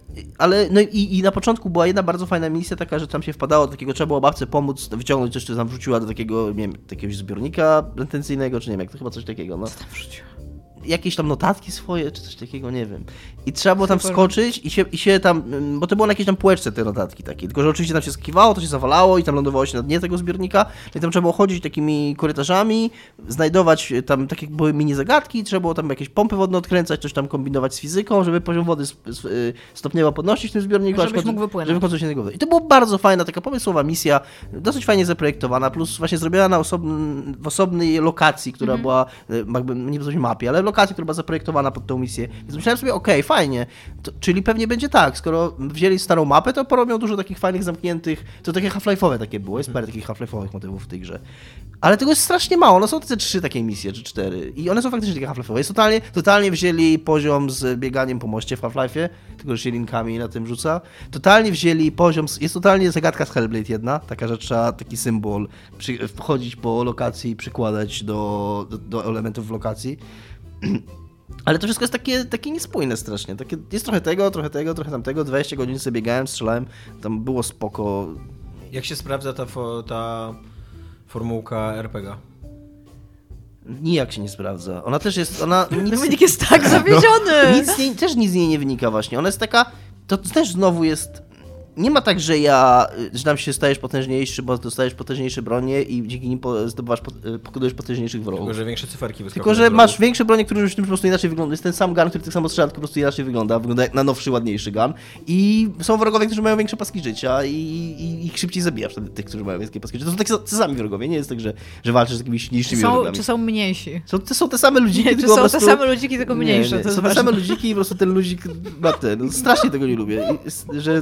Ale no i, i na początku była jedna bardzo fajna misja taka, że tam się wpadało do takiego, trzeba było babce pomóc wyciągnąć coś, co tam wrzuciła do takiego, nie wiem, jakiegoś zbiornika retencyjnego, czy nie wiem, jak to chyba coś takiego, no. Co tam wrzuciła? Jakieś tam notatki swoje, czy coś takiego, nie wiem. I trzeba było tam wskoczyć i się, i się tam, bo to było na jakiejś tam półeczce te notatki takie, tylko że oczywiście tam się skiwało, to się zawalało i tam lądowało się na dnie tego zbiornika, no i tam trzeba było chodzić takimi korytarzami, znajdować tam, takie jak były mini zagadki, trzeba było tam jakieś pompy wodne odkręcać, coś tam kombinować z fizyką, żeby poziom wody stopniowo podnosić w tym zbiorniku, żebyś mógł wypłynąć. Żeby w końcu się tego I to była bardzo fajna, taka pomysłowa misja, dosyć fajnie zaprojektowana, plus właśnie zrobiona na osobn, w osobnej lokacji, która mm-hmm. była, jakby, nie w mapie, ale lokacji, która była zaprojektowana pod tą misję. Więc myślałem sobie, okej, okay, fajnie, to, czyli pewnie będzie tak, skoro wzięli starą mapę, to porobią dużo takich fajnych, zamkniętych, to takie half-life'owe takie było, jest parę takich half-life'owych motywów w tej grze. Ale tego jest strasznie mało, no są te trzy takie misje, czy cztery i one są faktycznie takie half-life'owe. Jest totalnie, totalnie wzięli poziom z bieganiem po moście w Half-Life'ie, tylko że się linkami na tym rzuca. Totalnie wzięli poziom, z, jest totalnie zagadka z Hellblade jedna, taka, że trzeba taki symbol przy, wchodzić po lokacji i przykładać do, do, do elementów w lokacji. Ale to wszystko jest takie, takie niespójne strasznie. Takie, jest trochę tego, trochę tego, trochę tamtego. dwadzieścia godzin sobie biegałem, strzelałem, tam było spoko. Jak się sprawdza ta, fo, ta formułka er pe gie? Nijak się nie sprawdza. Ona też jest, ona... Nic, Dominik jest tak zawiedziony! No, nic nie, też nic z niej nie wynika właśnie. Ona jest taka, to też znowu jest... Nie ma tak, że ja, że tam się stajesz potężniejszy, bo dostajesz potężniejsze bronie i dzięki nim zdobywasz, pokonujesz potężniejszych wrogów. Tylko, że większe cyferki wyskakują. Tylko, że masz większe bronie, które już po prostu inaczej wyglądają. Jest ten sam gun, który tak samo strzela, tylko po prostu inaczej wygląda. Wygląda jak na nowszy, ładniejszy gun. I są wrogowie, którzy mają większe paski życia i, i ich szybciej zabijasz wtedy tych, którzy mają więcej paski życia. To są takie sami wrogowie, nie jest tak, że, że walczysz z takimi silniejszymi są, wrogami. Czy są mniejsi? Są, to są te same ludziki, nie, tylko czy są po prostu... te same ludziki, tylko mniejsze. Nie, nie. To są te same ludziki i po prostu ten ludzik ma ten. No, strasznie tego nie lubię. I, że...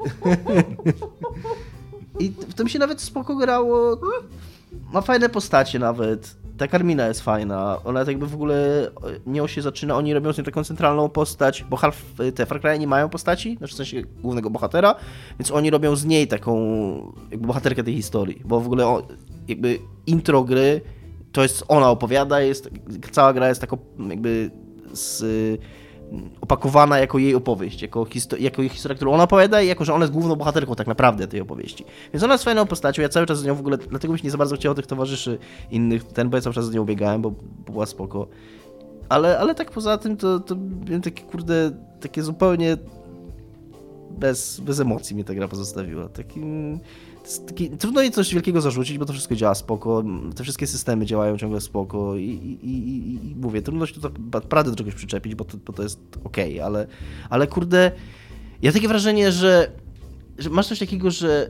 I to mi się nawet spoko grało. Ma fajne postacie nawet. Ta Carmina jest fajna. Ona tak jakby w ogóle nią się zaczyna. Oni robią z nią taką centralną postać, bo Half, te Far Cry nie mają postaci, znaczy w sensie głównego bohatera, więc oni robią z niej taką jakby bohaterkę tej historii, bo w ogóle o, jakby intro gry to jest ona opowiada, jest, cała gra jest taką jakby z... opakowana jako jej opowieść, jako, histo- jako jej historia, którą ona opowiada i jako, że ona jest główną bohaterką tak naprawdę tej opowieści. Więc ona jest fajną postacią, ja cały czas z nią w ogóle, dlatego mi się nie za bardzo chciało tych towarzyszy innych, ten, bo ja cały czas z nią biegałem, bo była spoko. Ale, ale tak poza tym to, to wiem, takie kurde, takie zupełnie bez, bez emocji mnie ta gra pozostawiła. Takim... Taki, trudno jej coś wielkiego zarzucić, bo to wszystko działa spoko, te wszystkie systemy działają ciągle spoko i, i, i, i mówię, trudno się to naprawdę do czegoś przyczepić, bo to, bo to jest okej, okay, ale, ale kurde, ja mam takie wrażenie, że, że masz coś takiego, że,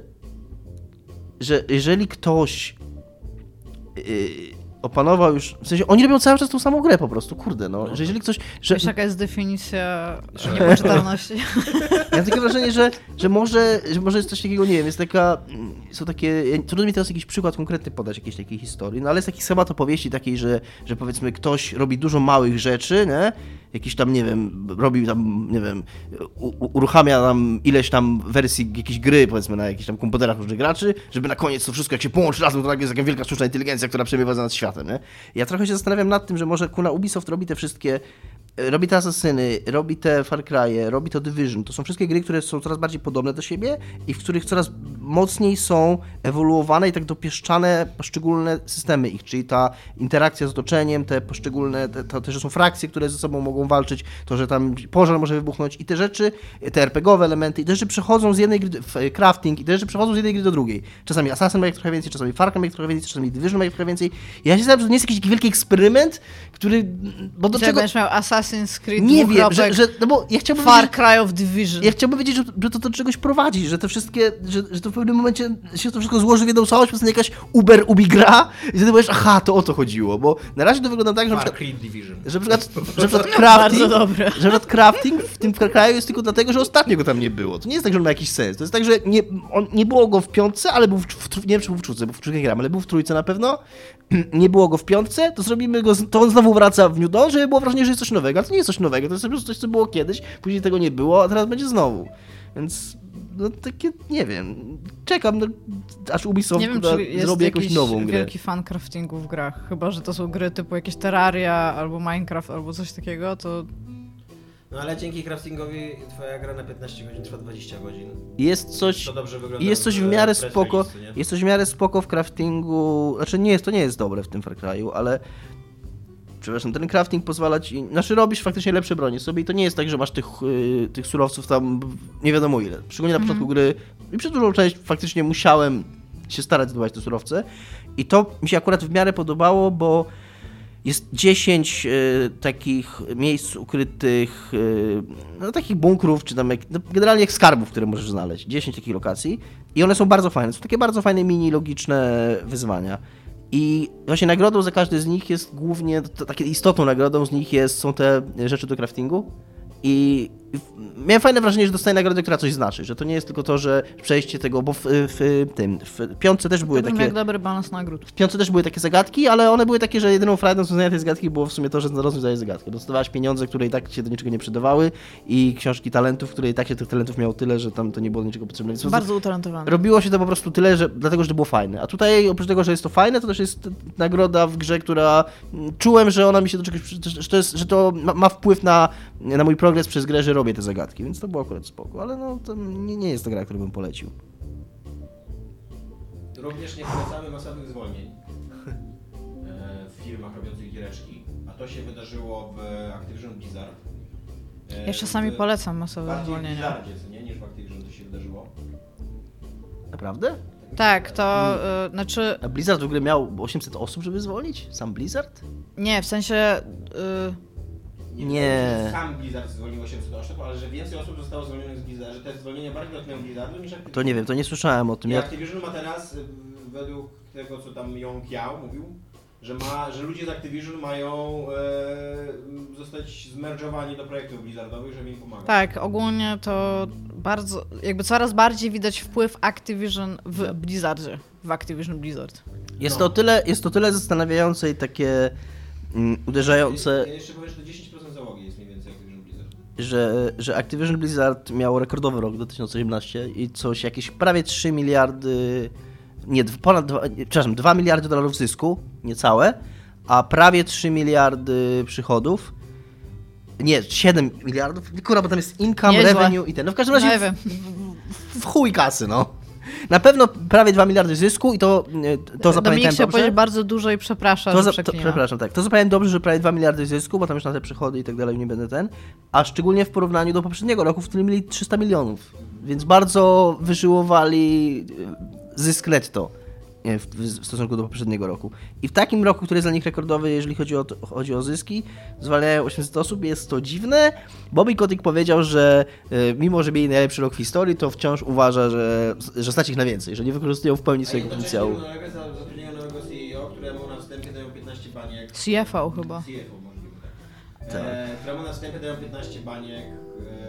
że jeżeli ktoś yy, opanował już, w sensie oni robią cały czas tą samą grę po prostu, kurde, no, że jeżeli ktoś... Że... Wiesz, jaka jest definicja niepoczytalności? Ja mam takie wrażenie, że, że, może, że może jest coś takiego, nie wiem, jest taka, są takie, trudno mi teraz jakiś przykład konkretny podać jakiejś takiej historii, no ale jest taki schemat opowieści takiej, że, że powiedzmy ktoś robi dużo małych rzeczy, nie? Jakiś tam, nie wiem, robi tam, nie wiem, u, uruchamia tam ileś tam wersji jakiejś gry, powiedzmy, na jakichś tam komputerach różnych graczy, żeby na koniec to wszystko, jak się połączy razem, to nagle jest jakaś wielka sztuczna inteligencja, która przemiewa nad światem, nie? Ja trochę się zastanawiam nad tym, że może kuna Ubisoft robi te wszystkie, robi te Asasyny, robi te Far Cry'e, robi to Division, to są wszystkie gry, które są coraz bardziej podobne do siebie i w których coraz mocniej są ewoluowane i tak dopieszczane poszczególne systemy ich, czyli ta interakcja z otoczeniem, te poszczególne, te, to, te, że są frakcje, które ze sobą mogą walczyć, to, że tam pożar może wybuchnąć i te rzeczy, te er pe gie owe elementy i te rzeczy przechodzą z jednej gry, w crafting i te rzeczy przechodzą z jednej gry do drugiej. Czasami Assassin ma ich trochę więcej, czasami Far Cry ma ich trochę więcej, czasami Division ma ich trochę więcej. Ja się zastanawiam, że to nie jest jakiś wielki eksperyment, który... Bo do Że czego... będziesz miał Assassin Assassin's Creed, Nie wiem, że, że, no bo ja chciałbym Far wiedzieć, Cry of Division. ja chciałbym wiedzieć, że, że to do czegoś prowadzi, że te wszystkie, że, że to w pewnym momencie się to wszystko złoży w jedną całość, po prostu jakaś Uber Ubi gra i wtedy powiesz, aha, to o to chodziło, bo na razie to wygląda tak, że na Far przykład, Cry Division. że na przykład, że na przykład crafting, Bardzo dobre. że na przykład crafting w tym Far Cry'u jest tylko dlatego, że ostatnio go tam nie było. To nie jest tak, że on ma jakiś sens. To jest tak, że nie, on, nie było go w piątce, ale był w, w, nie wiem, czy był w czwórce, bo w czwórkę gram, ale był w trójce na pewno. Nie było go w piątce, to zrobimy go, z- to on znowu wraca w New Dawn, żeby było wrażenie, że jest coś nowego. Ale to nie jest coś nowego, to jest po prostu coś, co było kiedyś, później tego nie było, a teraz będzie znowu. Więc, no takie, nie wiem, czekam, no, aż Ubisoft Nie wiem, chyba czy jest zrobi jakąś jakiś nową grę. wielki fan craftingu w grach. Chyba, że to są gry typu jakieś Terraria albo Minecraft albo coś takiego, to No ale dzięki craftingowi twoja gra na piętnaście godzin trwa dwadzieścia godzin. Jest coś, To dobrze wygląda. jest coś w w miarę press spoko, release, nie? jest coś w miarę spoko w craftingu, znaczy nie jest, to nie jest dobre w tym Far Cry'u, ale przepraszam, ten crafting pozwala ci, znaczy robisz faktycznie lepsze bronie sobie i to nie jest tak, że masz tych, yy, tych surowców tam nie wiadomo ile. Szczególnie na początku gry i przez dużą część faktycznie musiałem się starać zdobywać te surowce i to mi się akurat w miarę podobało, bo jest dziesięć y, takich miejsc ukrytych, y, no takich bunkrów, czy tam jak, no, generalnie jak skarbów, które możesz znaleźć. dziesięć takich lokacji i one są bardzo fajne. Są takie bardzo fajne mini logiczne wyzwania. I właśnie nagrodą za każdy z nich jest głównie, to, takie istotną nagrodą z nich jest, są te rzeczy do craftingu. I miałem fajne wrażenie, że dostaję nagrodę, która coś znaczy, że to nie jest tylko to, że przejście tego, bo w, w tym, w piątce też były to brzmi takie... jak dobry balans nagród. W piątce też były takie zagadki, ale one były takie, że jedyną frajdą z rozwiązania tej zagadki było w sumie to, że rozwiązałeś zagadkę. Dostawałaś pieniądze, które i tak się do niczego nie przydawały i książki talentów, które i tak się tych talentów miało tyle, że tam to nie było do niczego potrzebne. Więc po prostu Bardzo utalentowany. robiło się to po prostu tyle, że dlatego, że to było fajne. A tutaj oprócz tego, że jest to fajne, to też jest nagroda w grze, która mm, czułem, że ona mi się do czegoś, że to, jest, że to ma, ma wpływ na, na mój progres przez grę, że robię te zagadki, więc to było akurat spoko, ale no to nie, nie jest to gra, którą bym polecił. Również nie polecamy masowych zwolnień w firmach robiących giereczki, a to się wydarzyło w Activision Blizzard. Ja czasami polecam masowe Bardziej w zwolnienia. Blizzardzie, co nie, niż w Activision to się wydarzyło. Naprawdę? Tak, to y, znaczy... A Blizzard w ogóle miał osiemset osób, żeby zwolnić? Sam Blizzard? Nie, w sensie... Y, Nie. Że sam Blizzard zwolnił osiemset osób, ale że więcej osób zostało zwolnionych z Blizzarda, że te zwolnienia bardziej dotknęły Blizzardu niż Activision. To nie wiem, to nie słyszałem o tym. I Ja... Activision ma teraz, y, według tego co tam Yong Yao mówił, że, ma, że ludzie z Activision mają e, zostać zmerdżowani do projektów Blizzardowych, żeby im pomagać. tak, ogólnie to bardzo... Jakby coraz bardziej widać wpływ Activision w Blizzardzie. W Activision Blizzard. Jest, No. to o tyle, jest to tyle zastanawiające i takie mm, uderzające, Ja jeszcze powiem, że to dziesięć procent załogi jest mniej więcej Activision Blizzard. że, że Activision Blizzard miało rekordowy rok dwa tysiące osiemnasty i coś, jakieś prawie trzy miliardy, nie, ponad, dwa, nie, przepraszam, dwa miliardy dolarów zysku, niecałe, a prawie trzy miliardy przychodów. Nie, siedem miliardów, kurwa, bo tam jest income, Niezłe. revenue i ten. No w każdym razie Nie wiem. w, w chuj kasy, no. Na pewno prawie dwa miliardy zysku i to, to Dominik zapamiętałem chciał dobrze. powiedzieć bardzo dużo i przepraszam, To, że za, to, przeklinam. przepraszam, tak. To zapamiętam dobrze, że prawie dwa miliardy zysku, bo tam już na te przychody i tak dalej nie będę ten, a szczególnie w porównaniu do poprzedniego roku, w którym mieli trzysta milionów. Więc bardzo wyżyłowali zysk netto nie, w, w stosunku do poprzedniego roku. I w takim roku, który jest dla nich rekordowy, jeżeli chodzi o, to, chodzi o zyski, zwalniają osiemset osób, jest to dziwne. Bobby Kotick powiedział, że y, mimo, że mieli najlepszy rok w historii, to wciąż uważa, że, że stać ich na więcej, że nie wykorzystują w pełni swojego potencjału. Zatrudniono nowego C E O, któremu na wstępie dają piętnaście baniek. C F O chyba. C F O możliwe, tak. Tak. E, któremu na wstępie dają piętnaście baniek, e,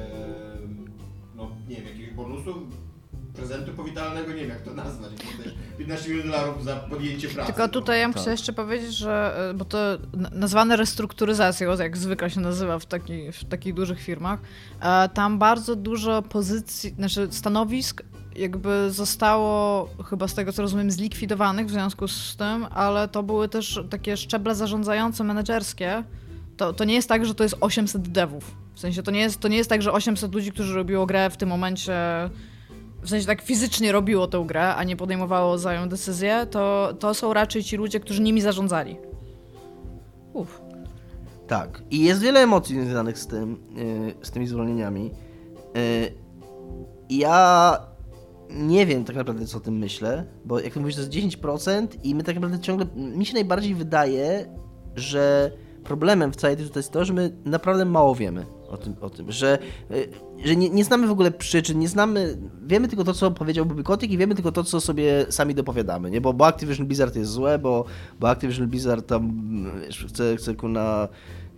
no nie wiem, jakiegoś bonusu, prezentu powitalnego, nie wiem jak to nazwać. To też piętnaście milionów dolarów za podjęcie pracy. Tylko tutaj ja bym Tak. chciała jeszcze powiedzieć, że, y, bo to n- nazwane restrukturyzacją, jak zwykle się nazywa w, taki, w takich dużych firmach, e, tam bardzo dużo pozycji, znaczy stanowisk jakby zostało, chyba z tego co rozumiem, zlikwidowanych w związku z tym, ale to były też takie szczeble zarządzające, menedżerskie. To, to nie jest tak, że to jest osiemset devów. W sensie to nie jest, to nie jest tak, że osiemset ludzi, którzy robiło grę w tym momencie, w sensie tak fizycznie robiło tę grę, a nie podejmowało za nią decyzję, to, to są raczej ci ludzie, którzy nimi zarządzali. Uff. Tak. I jest wiele emocji związanych z tym, yy, z tymi zwolnieniami. Yy, ja nie wiem tak naprawdę, co o tym myślę, bo jak ty mówisz, to jest dziesięć procent i my tak naprawdę ciągle, mi się najbardziej wydaje, że problemem w całej tej sytuacji jest to, że my naprawdę mało wiemy o tym, o tym że, że nie, nie znamy w ogóle przyczyn, nie znamy, wiemy tylko to, co powiedział Bobby Kotick i wiemy tylko to, co sobie sami dopowiadamy, nie? Bo, bo Activision Blizzard jest złe, bo, bo Activision Blizzard tam wiesz, chce, chce na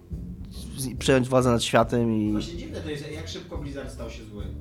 przejąć władzę nad światem i... Właśnie dziwne to jest, jak szybko Blizzard stał się zły.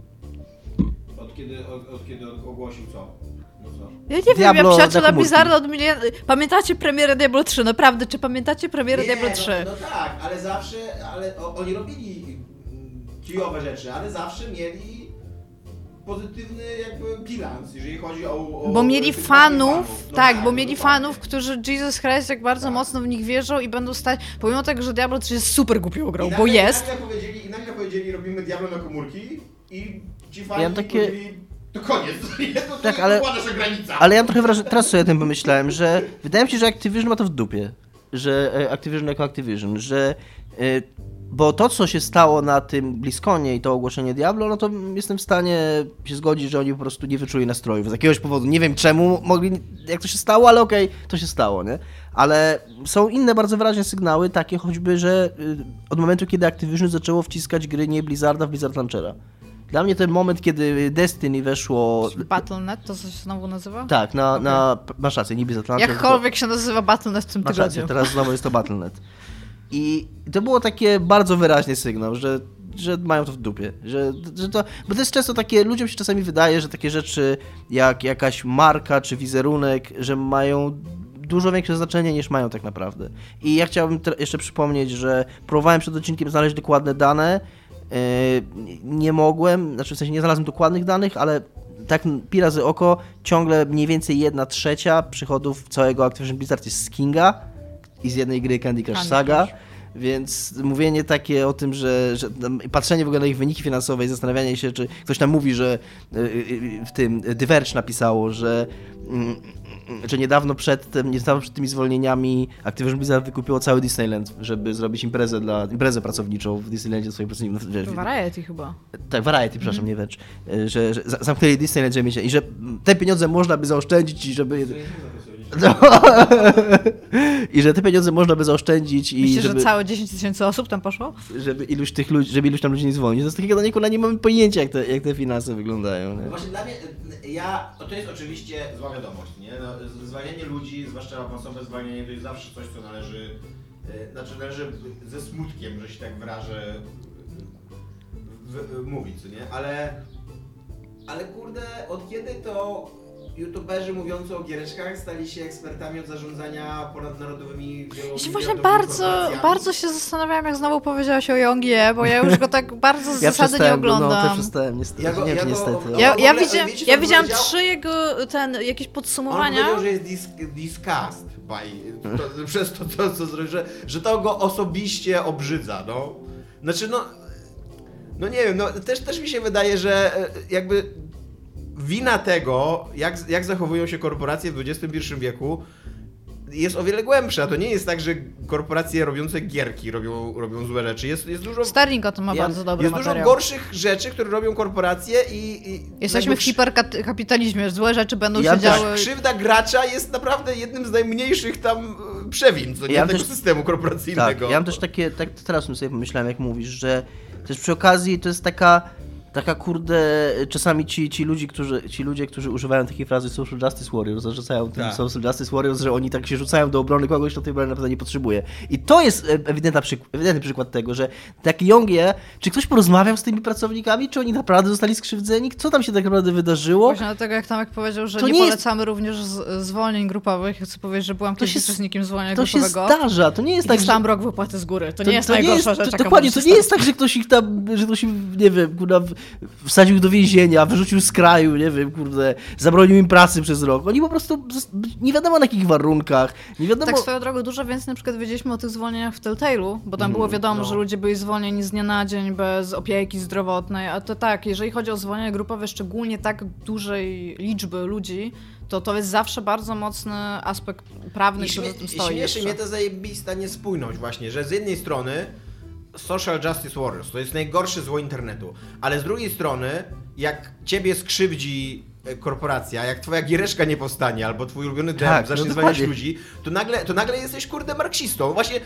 Od kiedy, od, od kiedy ogłosił co? No co? Ja nie wiem, Diablo ja przyjaciela za komórki. Blizzarda od mnie... Pamiętacie premierę Diablo trzy? Naprawdę, czy pamiętacie premierę Nie, Diablo trzy? No, no tak, ale zawsze, ale o, oni robili kijowe rzeczy, ale zawsze mieli pozytywny jakby bilans, jeżeli chodzi o... o Bo mieli o fanów, fanów. No tak, bo no mieli dokładnie. fanów, którzy Jesus Christ jak bardzo Tak. mocno w nich wierzą i będą stać, pomimo tego, że Diablo trzy jest super głupią grą, I bo nagle, jest. I nagle powiedzieli, i nagle powiedzieli, robimy Diablo na komórki i ci fani Ja mam takie- powiedzieli, to koniec, to, to, Tak, to ale- była nasza granica. Ale ja mam trochę wrażenie, teraz sobie o tym pomyślałem, że wydaje mi się, że Activision ma to w dupie, że e, Activision jako Activision, że e, bo to, co się stało na tym BlizzConie i to ogłoszenie Diablo, no to jestem w stanie się zgodzić, że oni po prostu nie wyczuli nastrojów z jakiegoś powodu. Nie wiem czemu mogli, jak to się stało, ale okej, to się stało, nie? Ale są inne bardzo wyraźne sygnały, takie choćby, że y, od momentu, kiedy Activision zaczęło wciskać gry nie Blizzarda w Blizzard Launchera. Dla mnie ten moment, kiedy Destiny weszło... Battle punkt net, to co się znowu nazywa? Tak, na, Okej. na masz rację, nie Blizzard Launcher. Jakkolwiek się nazywa Battle punkt net w tym Masz rację, tygodniu. teraz znowu jest to Battle kropka net. I to było takie bardzo wyraźny sygnał, że, że mają to w dupie. Że, że to, bo to jest często takie, ludziom się czasami wydaje, że takie rzeczy jak jakaś marka czy wizerunek, że mają dużo większe znaczenie niż mają tak naprawdę. I ja chciałbym te- jeszcze przypomnieć, że próbowałem przed odcinkiem znaleźć dokładne dane. Yy, nie mogłem, znaczy w sensie nie znalazłem dokładnych danych, ale tak pi razy oko ciągle mniej więcej jedna trzecia przychodów całego Activision Blizzard jest z Kinga i z jednej gry Candy Crush Candy Saga. Crush. Więc mówienie takie o tym, że, że patrzenie w ogóle na ich wyniki finansowe i zastanawianie się, czy ktoś tam mówi, że w tym Diverge napisało, że, że niedawno przed, tym, niedawno przed tymi zwolnieniami Activision Blizzard wykupiło cały Disneyland, żeby zrobić imprezę dla imprezę pracowniczą w Disneylandzie swoich pracowników. Wiesz, Variety chyba. tak, Variety, przepraszam, nie Verge. Że, że zamknęli Disneyland, żeby mieć, i że te pieniądze można by zaoszczędzić i żeby... No. I że te pieniądze można by zaoszczędzić i Myślisz, żeby, że całe dziesięć tysięcy osób tam poszło? żeby iluś tych ludzi, żeby iluś tam ludzi nie zwolnić. To jest takiego, no Nikola, nie mamy pojęcia, jak te, jak te finanse wyglądają. No Nie? właśnie dla mnie, ja, to jest oczywiście zła wiadomość, nie? No, z- zwalnianie ludzi, zwłaszcza awansowe zwalnianie, to jest zawsze coś, co należy, e, znaczy należy ze smutkiem, że się tak wyrażę, w, w, mówić, co nie? Ale, ale kurde, od kiedy to youtuberzy mówiący o giereczkach stali się ekspertami od zarządzania ponadnarodowymi Ja się właśnie wielomiliardowymi bardzo, korporacjami? bardzo się zastanawiałem, jak znowu powiedziałaś o Yongie, bo ja już go tak bardzo z Ja zasady nie przestałem, no, oglądam. to przestałem, niestety. Ja go- nie wiem, ja czy go- niestety. no, Ja, w ja, ogóle, widzia, wiecie, co ja on widziałam powiedział? trzy jego, ten, jakieś On podsumowania. powiedział, że jest dis disgust by, to, przez to, to co zrobił, że, że to go osobiście obrzydza, no. Znaczy, no, no nie wiem, no też, też mi się wydaje, że e, jakby wina tego, jak, jak zachowują się korporacje w dwudziestym pierwszym wieku, jest o wiele głębsza. To nie jest tak, że korporacje robiące gierki robią, robią złe rzeczy. Jest, jest dużo... Sterling o tym ma Ja- bardzo dobry Jest dużo materiał. gorszych rzeczy, które robią korporacje i... i Jesteśmy w jakby hiperkapitalizmie, złe rzeczy będą Ja się też- działy. Krzywda gracza jest naprawdę jednym z najmniejszych tam e, przewin, co nie, Ja tego też- systemu Tak, korporacyjnego. ja mam też takie, tak teraz o tym sobie pomyślałem, jak mówisz, że też przy okazji to jest taka, taka kurde, czasami ci, ci, ludzi, którzy, ci ludzie, którzy używają takiej frazy Social Justice Warriors, zarzucają tym Tak. Social Justice Warriors, że oni tak się rzucają do obrony kogoś, kto tej obrony naprawdę nie potrzebuje. I to jest ewidentna przyk- ewidentny przykład tego, że tak Yongie, czy ktoś porozmawiał z tymi pracownikami, czy oni naprawdę zostali skrzywdzeni, co tam się tak naprawdę wydarzyło? Właśnie dlatego, jak Tomek powiedział, że To nie, nie jest- polecamy również z, zwolnień grupowych, chcę powiedzieć, że byłam kiedyś się- uczestnikiem zwolnienia To się grupowego. zdarza, to nie jest I tak, że... dostałam rok wypłaty z góry. To, nie jest najgorsza rzecz, to, jaka dokładnie, może to się nie jest stać. tak, że ktoś ich tam, że ktoś im, nie wiem, kurwa, w- wsadził do więzienia, wyrzucił z kraju, nie wiem, kurde, zabronił im pracy przez rok. Oni po prostu, zos- nie wiadomo na jakich warunkach, nie wiadomo... Tak swoją drogą dużo więcej na przykład wiedzieliśmy o tych zwolnieniach w Telltale'u, bo tam było wiadomo, no. że ludzie byli zwolnieni z dnia na dzień bez opieki zdrowotnej, a to tak, jeżeli chodzi o zwolnienia grupowe szczególnie tak dużej liczby ludzi, to to jest zawsze bardzo mocny aspekt prawny, I, który śmie- za tym i stoi. śmieszy jeszcze. mnie ta zajebista niespójność właśnie, że z jednej strony Social Justice Warriors to jest najgorsze zło internetu, ale z drugiej strony jak ciebie skrzywdzi e, korporacja, jak twoja giereszka nie powstanie, albo twój ulubiony dev Tak, zacznie no zwalniać dokładnie. ludzi, to nagle, to nagle jesteś kurde marksistą. Właśnie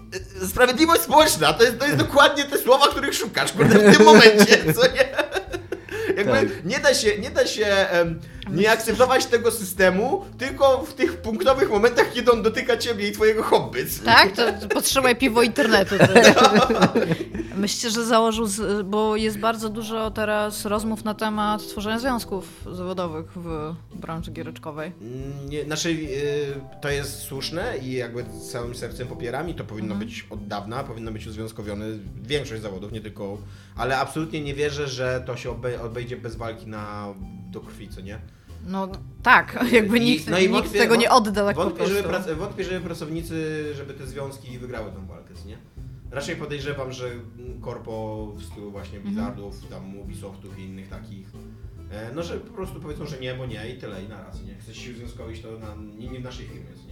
Sprawiedliwość społeczna, to jest, to jest dokładnie te słowa, których szukasz, kurde, w tym momencie, co nie? Jakby tak. nie da się, nie da się um, nie akceptować tego systemu, tylko w tych punktowych momentach, kiedy on dotyka ciebie i twojego hobby. Tak? To potrzebuje piwo internetu. Myślę, że założył, z, bo jest bardzo dużo teraz rozmów na temat tworzenia związków zawodowych w branży giereczkowej. Nie, znaczy, yy, to jest słuszne i jakby całym sercem popieram i to powinno mhm. być od dawna, powinno być uzwiązkowione większość zawodów, nie tylko, ale absolutnie nie wierzę, że to się obej- obejdzie bez walki na, do krwi, co nie? No tak, jakby nikt, I, no nikt wątpię, tego nie odda tak wątpię, po prostu. Żeby prac- wątpię, żeby pracownicy, żeby te związki wygrały tę walkę, nie? Raczej podejrzewam, że korpo w stylu właśnie Blizzardów, mm-hmm. tam Ubisoftów i innych takich, no że po prostu powiedzą, że nie, bo nie i tyle i na raz, nie? Chcesz sił związkowych, to na, nie, nie w naszej firmie jest, nie?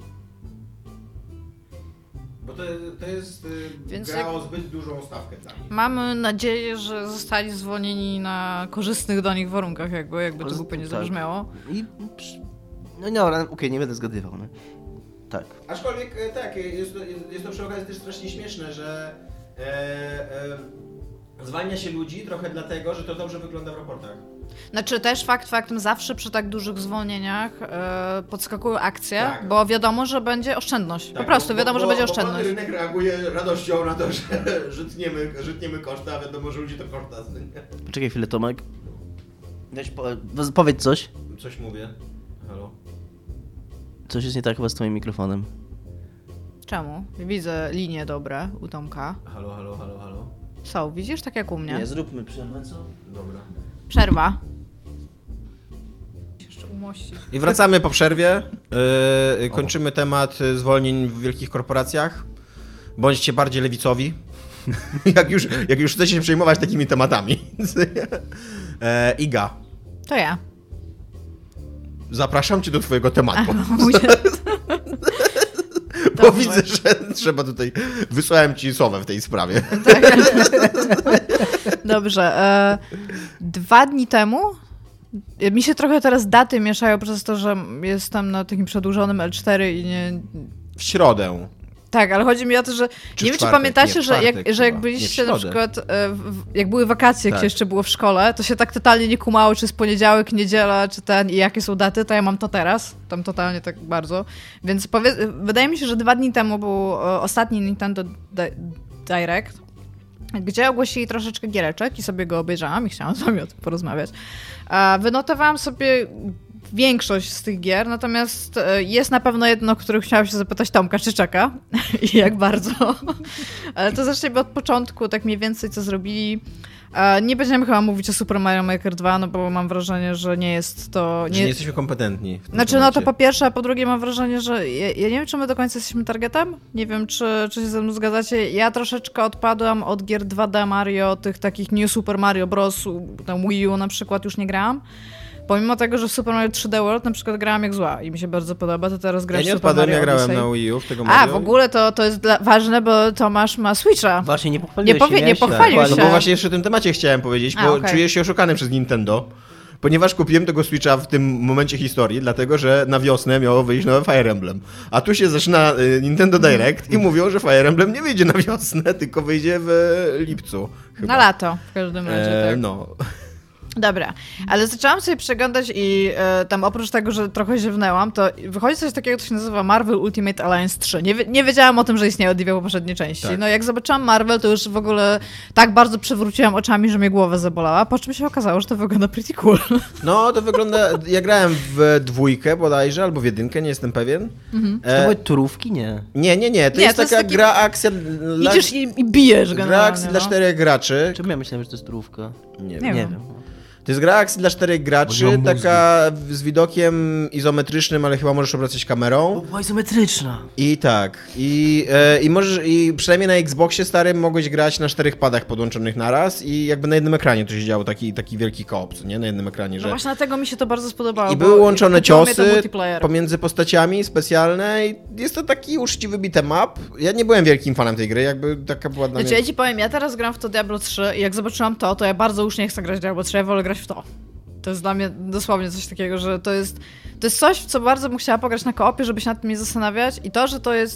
Bo to, to jest Więc gra o zbyt dużą stawkę dla nich. Mamy nadzieję, że zostali zwolnieni na korzystnych dla nich warunkach, jakby, jakby to głupio nie zabrzmiało. I, no nie, okej, okay, nie będę zgadywał, no. Tak. Aczkolwiek tak, jest to, jest to przy okazji też strasznie śmieszne, że e, e, zwalnia się ludzi trochę dlatego, że to dobrze wygląda w raportach. Znaczy też fakt faktem zawsze przy tak dużych zwolnieniach e, podskakują akcje, tak. bo wiadomo, że będzie oszczędność. Tak, po prostu bo, wiadomo, bo, że będzie bo oszczędność. Rynek reaguje radością na to, że żytniemy, żytniemy koszty, a wiadomo, że ludzie to koszta. Poczekaj chwilę, Tomek. Weź po, powiedz coś. Coś mówię. Halo? Coś jest nie tak chyba z twoim mikrofonem. Czemu? Widzę linie dobre u Tomka. Halo, halo, halo, halo. Są, widzisz? Tak jak u mnie. Nie, zróbmy przerwę, co? Dobra. Przerwa. Jeszcze umości. I wracamy po przerwie. Yy, kończymy temat zwolnień w wielkich korporacjach. Bądźcie bardziej lewicowi. jak, już, jak już chcecie się przejmować takimi tematami. e, Iga. To ja. Zapraszam cię do twojego tematu. Bo Dobrze. widzę, że trzeba tutaj... Wysłałem ci słowę w tej sprawie. Tak. Dobrze. E, dwa dni temu mi się trochę teraz daty mieszają przez to, że jestem na takim przedłużonym L cztery i nie... W środę. Tak, ale chodzi mi o to, że Czy nie wiem, czy czwartek? pamiętacie, Nie, że, jak, czwartek że jak chyba. byliście Nie, w na środę. przykład, e, w, jak były wakacje, jak Tak. się jeszcze było w szkole, to się tak totalnie nie kumało, czy jest poniedziałek, niedziela, czy ten i jakie są daty, to ja mam to teraz, tam totalnie tak bardzo. Więc powie, wydaje mi się, że dwa dni temu był e, ostatni Nintendo Di- Direct, gdzie ogłosili troszeczkę giereczek i sobie go obejrzałam i chciałam z wami o tym porozmawiać. E, wynotowałam sobie większość z tych gier, natomiast jest na pewno jedno, o które chciałam się zapytać Tomka, czy czeka i jak bardzo. Ale to zaczniemy od początku, tak mniej więcej co zrobili. Nie będziemy chyba mówić o Super Mario Maker dwa, no bo mam wrażenie, że nie jest to... Nie, nie jesteśmy kompetentni w tym Znaczy temacie. no to po pierwsze, a po drugie mam wrażenie, że ja, ja nie wiem, czy my do końca jesteśmy targetem. Nie wiem, czy, czy się ze mną zgadzacie. Ja troszeczkę odpadłam od gier dwa D Mario, tych takich New Super Mario Bros. Tam Wii U na przykład już nie grałam. Pomimo tego, że w Super Mario trzy D World na przykład grałam jak zła i mi się bardzo podoba, to teraz gram Ja nie Super odpadłem, Mario ja grałem Odyssey. na Wii U w tego Mario. A, w ogóle to, to jest dla, ważne, bo Tomasz ma Switcha. Właśnie, nie pochwaliłeś Nie powie- się. nie miałeś- pochwalił tak, się. No bo właśnie jeszcze o tym temacie chciałem powiedzieć, A, bo okej. czuję się oszukany przez Nintendo, ponieważ kupiłem tego Switcha w tym momencie historii, dlatego że na wiosnę miało wyjść nowe Fire Emblem. A tu się zaczyna y, Nintendo Direct i mówią, że Fire Emblem nie wyjdzie na wiosnę, tylko wyjdzie w lipcu. Chyba. Na lato w każdym razie, E, tak. no. Dobra, ale zaczęłam sobie przeglądać i e, tam oprócz tego, że trochę ziewnęłam, to wychodzi coś takiego, co się nazywa Marvel Ultimate Alliance trzy. Nie, wie- nie wiedziałam o tym, że istnieją dwie poprzednie części. Tak. No jak zobaczyłam Marvel, to już w ogóle tak bardzo przewróciłam oczami, że mnie głowa zabolała, po czym się okazało, że to wygląda pretty cool. no, to wygląda... Ja grałem w dwójkę bodajże, albo w jedynkę, nie jestem pewien. Mhm. Czy to były turówki? Nie. Nie, nie, nie, to Nie, jest to jest taka taki- gra akcja... Dla... Idziesz i, i bijesz Gra generalnie. akcji dla no. czterech graczy. Czemu ja myślałem, że to jest turówka? Nie, Nie wiem. Nie wiem. wiem. To jest gra akcji dla czterech graczy, Bo nie mam taka z widokiem izometrycznym, ale chyba możesz obracać kamerą. Bo była izometryczna. I tak. I, e, i możesz, i przynajmniej na Xboxie starym mogłeś grać na czterech padach podłączonych naraz i jakby na jednym ekranie to się działo, taki, taki wielki koop, co nie? Na jednym ekranie, No że... właśnie dlatego mi się to bardzo spodobało. I bo były łączone kupiło mnie to ciosy multiplayer. pomiędzy postaciami specjalne i jest to taki uczciwy beat'em up. Ja nie byłem wielkim fanem tej gry, jakby taka była dla Znaczy, mnie... ja ci powiem, ja teraz gram w to Diablo trzy i jak zobaczyłam to, to ja bardzo już nie chcę grać w Diablo trzy, ja wolę grać w to. To jest dla mnie dosłownie coś takiego, że to jest, to jest coś, w co bardzo bym chciała pograć na koopie, żeby się nad tym nie zastanawiać i to, że to jest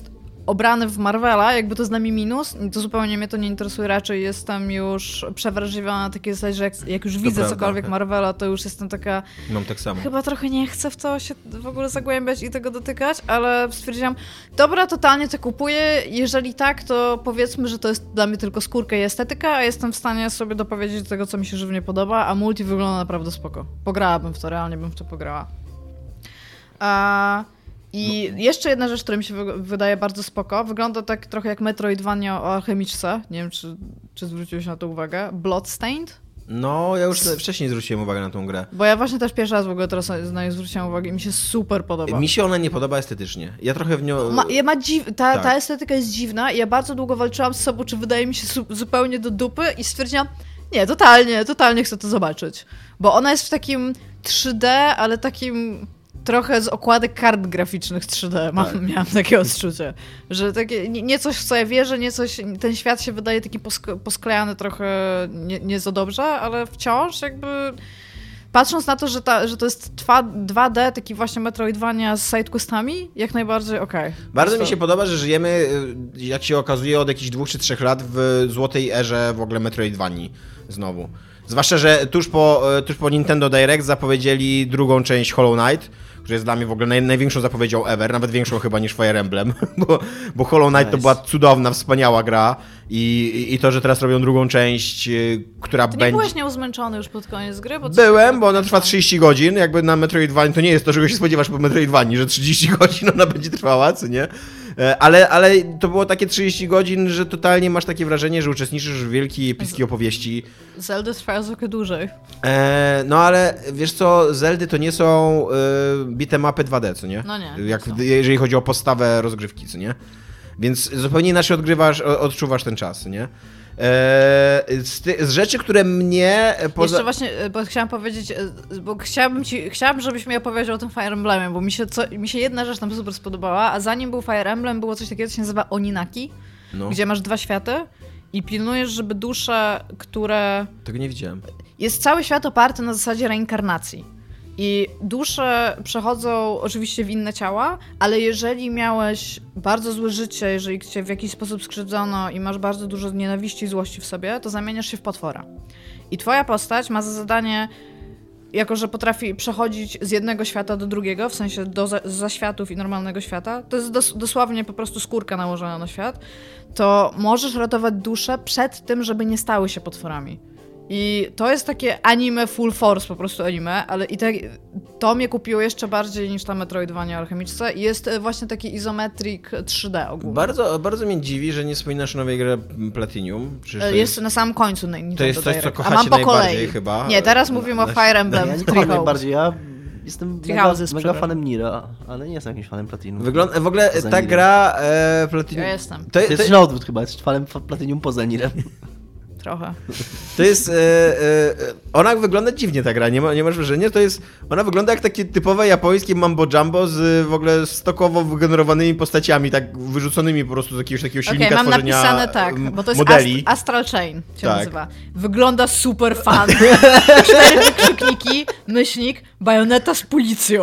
obrany w Marvela, jakby to jest dla mnie minus, to zupełnie mnie to nie interesuje, raczej jestem już przewrażliwiona na takiej zasadzie, że jak, jak już widzę prawda. cokolwiek Marvela, to już jestem taka, Mam tak samo. chyba trochę nie chcę w to się w ogóle zagłębiać i tego dotykać, ale stwierdziłam, dobra, totalnie to kupuję, jeżeli tak, to powiedzmy, że to jest dla mnie tylko skórka i estetyka, a jestem w stanie sobie dopowiedzieć tego, co mi się żywnie podoba, a multi wygląda naprawdę spoko. Pograłabym w to, realnie bym w to pograła. A... I no. jeszcze jedna rzecz, która mi się wy- wydaje bardzo spoko, wygląda tak trochę jak Metroidvania o alchemiczce, nie wiem, czy, czy zwróciłeś na to uwagę, Bloodstained? No, ja już wcześniej zwróciłem uwagę na tą grę. Bo ja właśnie też pierwszy raz w ogóle teraz na nią zwróciłam uwagę i mi się super podoba. Mi się ona nie podoba estetycznie. Ja trochę w nią... Ma, ja ma dziw... ta, tak. ta estetyka jest dziwna i ja bardzo długo walczyłam z sobą, czy wydaje mi się su- zupełnie do dupy i stwierdziłam, nie, totalnie, totalnie chcę to zobaczyć. Bo ona jest w takim trzy D, ale takim... trochę z okładek kart graficznych trzy D mam, tak. Miałam takie odczucie, że takie, nie, nie coś, w co ja wierzę, nie coś, ten świat się wydaje taki posk- posklejany trochę nie, nie za dobrze, ale wciąż jakby patrząc na to, że, ta, że to jest dwa D, taki właśnie Metroidvania z sidequestami, jak najbardziej okej. Okay. Bardzo to... mi się podoba, że żyjemy, jak się okazuje, od jakichś dwóch czy trzech lat w złotej erze w ogóle Metroidvanii znowu. Zwłaszcza, że tuż po, tuż po Nintendo Direct zapowiedzieli drugą część Hollow Knight, która jest dla mnie w ogóle naj, największą zapowiedzią ever, nawet większą chyba niż Fire Emblem, bo, bo Hollow Knight nice. To była cudowna, wspaniała gra i, i, i to, że teraz robią drugą część, która Ty będzie... nie byłeś nieuzmęczony już pod koniec gry? Bo Byłem, bo ona trwa trzydzieści godzin, jakby na Metroidvanii to nie jest to, czego się spodziewasz po Metroidvanii, że trzydzieści godzin ona będzie trwała, co nie? Ale, ale to było takie trzydzieści godzin, że totalnie masz takie wrażenie, że uczestniczysz w wielkiej epickiej opowieści. Zelda trwają trochę dłużej. E, no ale wiesz co, Zeldy to nie są y, beat'em-upy dwa D, co nie? No nie. Jak, jeżeli chodzi o postawę rozgrywki, co nie? Więc zupełnie inaczej odgrywasz, odczuwasz ten czas, nie? Z, ty, z rzeczy, które mnie... Poza... Jeszcze właśnie, bo chciałam powiedzieć, bo chciałabym, ci, chciałabym, żebyś mi opowiedział o tym Fire Emblemie, bo mi się, co, mi się jedna rzecz tam super spodobała, a zanim był Fire Emblem, było coś takiego, co się nazywa Oninaki, no. Gdzie masz dwa światy i pilnujesz, żeby dusze, które... Tego nie widziałem. Jest cały świat oparty na zasadzie reinkarnacji. I dusze przechodzą oczywiście w inne ciała, ale jeżeli miałeś bardzo złe życie, jeżeli cię w jakiś sposób skrzywdzono i masz bardzo dużo nienawiści i złości w sobie, to zamieniasz się w potwora. I twoja postać ma za zadanie, jako że potrafi przechodzić z jednego świata do drugiego, w sensie do za- zaświatów i normalnego świata, to jest dos- dosłownie po prostu skórka nałożona na świat, to możesz ratować dusze przed tym, żeby nie stały się potworami. I to jest takie anime full force, po prostu anime, ale i tak to mnie kupiło jeszcze bardziej niż ta Metroidvania alchemiczce i jest właśnie taki izometric trzy D ogólnie. Bardzo, bardzo mnie dziwi, że nie wspominasz nowej gry Platinum. Jest, jest na samym końcu Nintendo To jest coś, Direct. co kochacie A mam po najbardziej kolei. chyba. Nie, teraz mówimy o Fire Emblem. Ja nie kocham najbardziej, ja jestem Three mega, Houses, mega fanem Nira, ale nie jestem jakimś fanem Platinum. Wygląda, w ogóle Poza ta Nirem. gra e, Platinum... Ja jestem. To, To to, jest na odwrót chyba, jesteś fanem Platinum poza Nirem. Trochę. To jest... E, e, ona wygląda dziwnie, ta gra, nie, ma, nie masz wrażenia? To jest... Ona wygląda jak takie typowe japońskie mambo jumbo z w ogóle stokowo wygenerowanymi postaciami, tak wyrzuconymi po prostu z jakiegoś takiego silnika Okej, mam tworzenia napisane tak, bo to jest modeli. Ast- Astral Chain się Tak. nazywa. Wygląda super fan. Cztery wykrzykniki, myślnik, bajoneta z policją.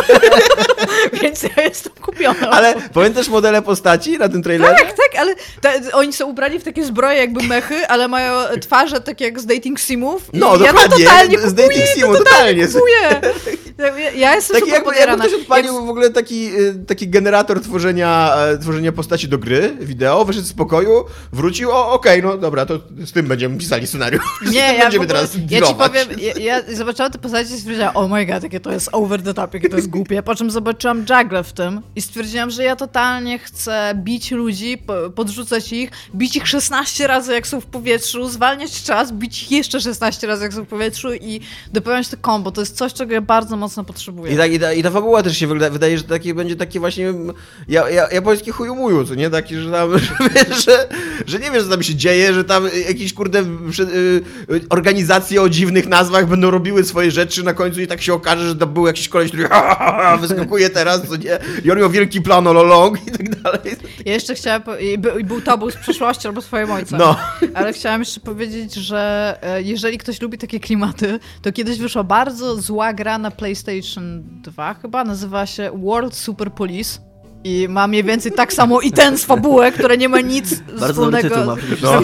Więc ja jestem kupiona. Ale pamiętasz modele postaci na tym trailerze? Tak, tak, ale ta, oni są ubrani w takie zbroje jakby mechy, ale mają twarze takie jak z dating simów. No, ja dokładnie, to totalnie z kupuję, dating simu, to totalnie totalnie. kupuję. Ja, ja jestem Taki super jakby, jakby podjarana. ktoś odpalił Jak- w ogóle taki, y, taki generator tworzenia, e, tworzenia postaci do gry, wideo, wyszedł z pokoju, wrócił, o okej, no dobra, to z tym będziemy pisali scenariusz. Z Nie, tym ja, będziemy w ogóle, teraz ja ci dealować. powiem, ja, ja zobaczyłam te postacie i stwierdziłam, oh my god, jakie to jest over the top, jakie to jest głupie. Po czym zobaczyłam Juggle w tym i stwierdziłam, że ja totalnie chcę bić ludzi, po- podrzucać ich, bić ich szesnaście razy jak są w powietrzu, zwalniać czas, bić ich jeszcze szesnaście razy jak są w powietrzu i dopełniać to combo. To jest coś, czego ja bardzo mocno potrzebuję. I ta, i, ta, I ta fabuła też się wygląda, wydaje, że taki będzie taki właśnie ja, ja, japoński chujumuju, co nie? Taki, że tam, że, wiesz, że, że nie wiesz, co tam się dzieje, że tam jakieś, kurde, przy, y, organizacje o dziwnych nazwach będą robiły swoje rzeczy na końcu i tak się okaże, że tam był jakiś koleś, który ha, ha, ha, wyskakuje teraz, co nie? I on miał wielki plan all along i tak dalej. Ja jeszcze chciałam, po- i by- i był to był z przeszłości albo swoim ojcem. No. Ale chciałam jeszcze powiedzieć, że e, jeżeli ktoś lubi takie klimaty, to kiedyś wyszła bardzo zła gra na PlayStation dwa chyba, nazywa się World Super Police. I ma mniej więcej tak samo i ten z fabułę, które nie ma nic Bardzo wspólnego. dobry tytuł ma No.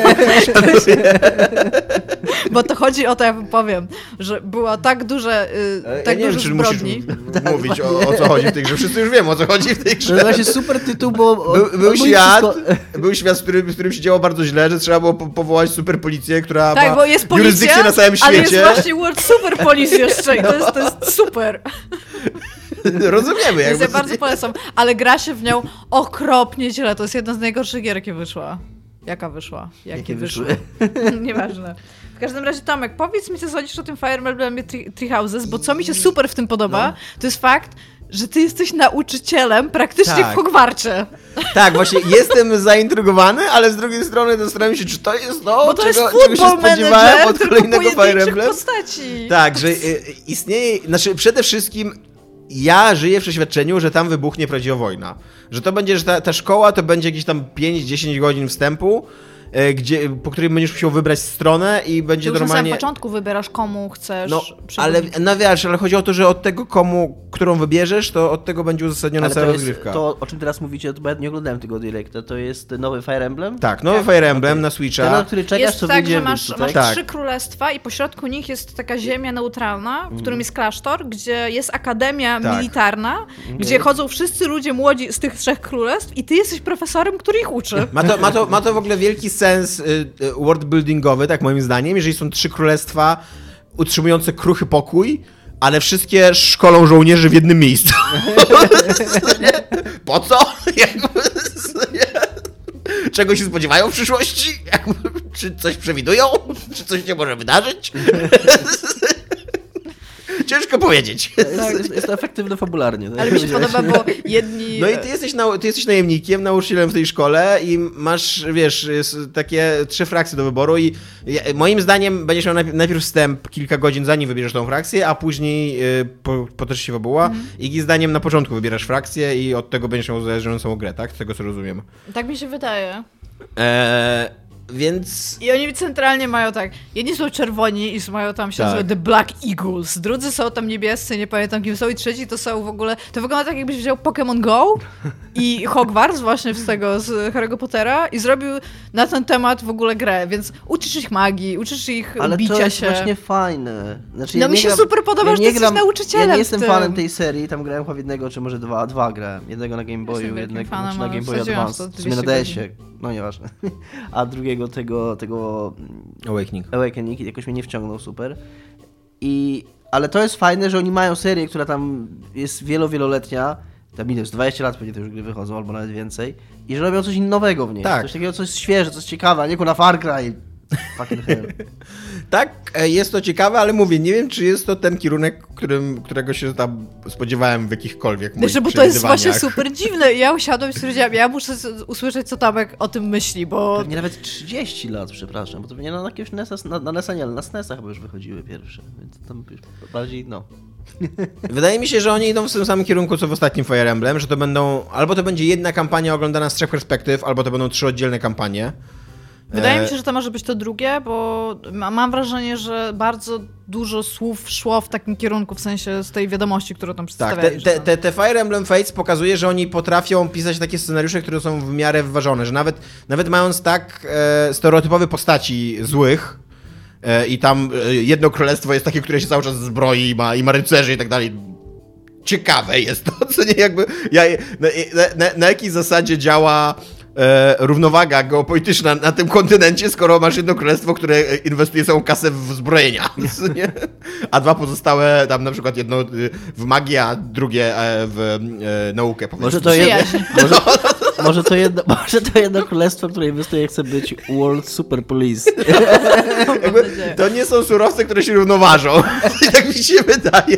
Bo to chodzi o to, ja wam powiem, że było tak duże, y, tak ja nie dużo wiem, czy zbrodni. musisz mówić o, o co chodzi w tej grze. Wszyscy już wiemy, o co chodzi w tej To grze. jest właśnie super tytuł, bo... Był, był bo świat, wszystko- był świat, w którym, w którym się działo bardzo źle, że trzeba było po, powołać super policję, która Tak, ma bo jest policja, jurysdykcję na całym ale jest świecie. właśnie World Super Police jeszcze i to jest, to jest super. Rozumiemy, Więc jakby. ja bardzo polecam, ale gra się w nią okropnie źle. To jest jedna z najgorszych gier, jakie wyszła. Jaka wyszła? Jakie, Jakie wyszły? wyszły? Nieważne. W każdym razie, Tomek, powiedz mi, co sądzisz o tym Fire Emblemie Three, Three Houses, bo co mi się super w tym podoba, No. to jest fakt, że ty jesteś nauczycielem praktycznie Tak. w Hogwarcie. Tak, właśnie jestem zaintrygowany, ale z drugiej strony zastanawiam się, czy to jest to, Bo to czego, jest czego się football spodziewałem manager, od tylko kolejnego Fire pojedynczych Emblem. postaci. Tak, że y, istnieje, znaczy przede wszystkim ja żyję w przeświadczeniu, że tam wybuchnie prawdziwa wojna. Że to będzie, że ta, ta szkoła to będzie jakieś tam pięć dziesięć godzin wstępu, y, gdzie, po którym będziesz musiał wybrać stronę i będzie Ty już normalnie... na samym początku wybierasz, komu chcesz No, ale przewodniczyć. no wiesz, ale chodzi o to, że od tego, komu, którą wybierzesz, to od tego będzie uzasadniona Ale cała to jest rozgrywka. to, o czym teraz mówicie, to bo ja nie oglądałem tego directa, to jest nowy Fire Emblem? Tak, nowy Tak. Fire Emblem Okej. na Ten, Switcha. na który czekasz, Jest to tak, wyjdzie że w masz, lipcu, masz tak? Tak. trzy królestwa i pośrodku nich jest taka ziemia neutralna, w którym jest klasztor, gdzie jest akademia Tak. militarna, gdzie chodzą wszyscy ludzie młodzi z tych trzech królestw i ty jesteś profesorem, który ich uczy. Ma to, ma, to, ma to w ogóle wielki sens y, y, worldbuildingowy, tak moim zdaniem, jeżeli są trzy królestwa utrzymujące kruchy pokój, ale wszystkie szkolą żołnierzy w jednym miejscu. Po co? Jakby, czego się spodziewają w przyszłości? Jakby, czy coś przewidują? Czy coś się może wydarzyć? Ciężko powiedzieć. Jest, jest, jest to efektywne fabularnie. tak? Ale mi się podoba, bo jedni... No i ty jesteś, nau- ty jesteś najemnikiem, nauczycielem w tej szkole i masz, wiesz, jest takie trzy frakcje do wyboru i ja, moim zdaniem będziesz miał najpierw, najpierw wstęp kilka godzin zanim wybierzesz tą frakcję, a później y, po, potoczy się fabuła Mhm. i ich zdaniem na początku wybierasz frakcję i od tego będziesz miał zależącą grę, tak? Z tego co rozumiem. Tak mi się wydaje. Eee, więc... I oni centralnie mają tak, jedni są czerwoni i mają tam się Tak. nazywa The Black Eagles, drudzy są tam niebiescy, nie pamiętam kim są i trzeci to są w ogóle, to wygląda tak jakbyś wziął Pokémon Go i Hogwarts właśnie z tego, z Harry'ego Pottera i zrobił na ten temat w ogóle grę, więc uczysz ich magii, uczysz ich Ale bicia to jest się. właśnie fajne. Znaczy, No ja mi nie się gram, super podoba, ja że nie ty jesteś gram, nauczycielem Ja nie w jestem tym. fanem tej serii, tam grałem chyba w jednego, czy może dwa, dwa grałem. Jednego na Game Boyu, wielkim jednego fanem, czy na ale Game Boy wsadziłam Advance, sto w sumie na dwieście D S ie, no nieważne. A drugiego tego, tego Awakening. Awakening jakoś mnie nie wciągnął super. I, ale to jest fajne, że oni mają serię, która tam jest wielo, wieloletnia, tam ile, z dwadzieścia lat pewnie te już gry wychodzą, albo nawet więcej, i że robią coś innowego w niej. Tak. Coś takiego, co jest świeże, co jest ciekawe, a nie na Far Cry. Fucking hell. Tak, e, jest to ciekawe, ale mówię, nie wiem, czy jest to ten kierunek, którym, którego się tam spodziewałem w jakichkolwiek moich Znaczy, bo to jest właśnie przewidywaniach. super dziwne. Ja usiadłem i stwierdziłam, ja muszę z- usłyszeć, co Tomek o tym myśli, bo Pewnie nawet trzydzieści lat, przepraszam, bo to pewnie na jakiegoś Nesa, na, na Nesa nie, ale na S N E S a chyba już wychodziły pierwsze, więc tam już bardziej, no. Wydaje mi się, że oni idą w tym samym kierunku, co w ostatnim Fire Emblem, że to będą, albo to będzie jedna kampania oglądana z trzech perspektyw, albo to będą trzy oddzielne kampanie. wydaje E, mi się, że to może być to drugie, bo ma- mam wrażenie, że bardzo dużo słów szło w takim kierunku, w sensie z tej wiadomości, którą tam Tak, przedstawiali. te, że te, tam- te, te Fire Emblem Fates pokazuje, że oni potrafią pisać takie scenariusze, które są w miarę wyważone, że nawet, nawet mając tak e, stereotypowe postaci złych e, i tam e, jedno królestwo jest takie, które się cały czas zbroi i ma, i ma rycerzy i tak dalej. Ciekawe jest to, co nie jakby... Ja, na, na, na jakiej zasadzie działa e, równowaga geopolityczna na tym kontynencie, skoro masz jedno królestwo, które inwestuje całą kasę w zbrojenia, co nie? A dwa pozostałe, tam na przykład jedno y, w magię, a drugie e, w e, naukę. Po Może prostu. to, jedno, Przyjaźń. może, może, to jedno, może to jedno królestwo, które inwestuje, chce być World Super Police. Jakby, to nie są surowce, które się równoważą. Tak mi się wydaje.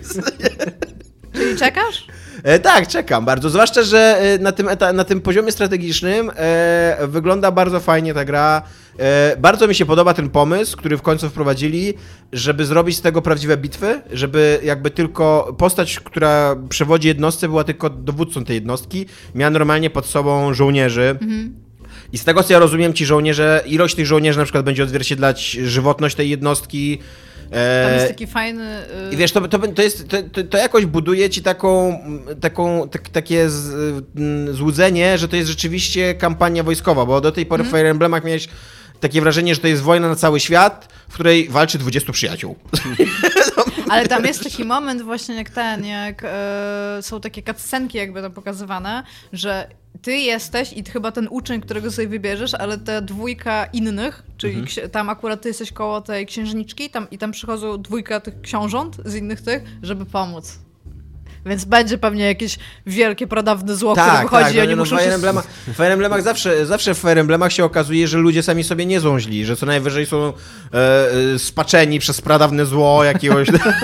Czyli czekasz? E, tak, czekam bardzo. Zwłaszcza, że e, na tym, eta- na tym poziomie strategicznym e, wygląda bardzo fajnie ta gra. E, bardzo mi się podoba ten pomysł, który w końcu wprowadzili, żeby zrobić z tego prawdziwe bitwy, żeby jakby tylko postać, która przewodzi jednostce, była tylko dowódcą tej jednostki, miała normalnie pod sobą żołnierzy. I z tego, co ja rozumiem, ci żołnierze, ilość tych żołnierzy na przykład będzie odzwierciedlać żywotność tej jednostki, E, Tam jest taki fajny... Yy... I wiesz, to, to, to, jest, to, to jakoś buduje ci taką, taką, tak, takie z, m, złudzenie, że to jest rzeczywiście kampania wojskowa, bo do tej pory mm. w Fire Emblemach miałeś takie wrażenie, że to jest wojna na cały świat, w której walczy dwudziestu przyjaciół. Ale tam jest taki moment właśnie jak ten, jak e, są takie cutscenki jakby tam pokazywane, że ty jesteś i chyba ten uczeń, którego sobie wybierzesz, ale ta dwójka innych, czyli mhm. ksi- tam akurat ty jesteś koło tej księżniczki tam, i tam przychodzą dwójka tych książąt z innych tych, żeby pomóc. Więc będzie pewnie jakieś wielkie, pradawne zło, tak, które wychodzi tak, i oni no, muszą w Fire się... Emblemach, w Fire Emblemach zawsze, zawsze w Fire Emblemach się okazuje, że ludzie sami sobie nie są źli, że co najwyżej są e, e, spaczeni przez pradawne zło jakiegoś...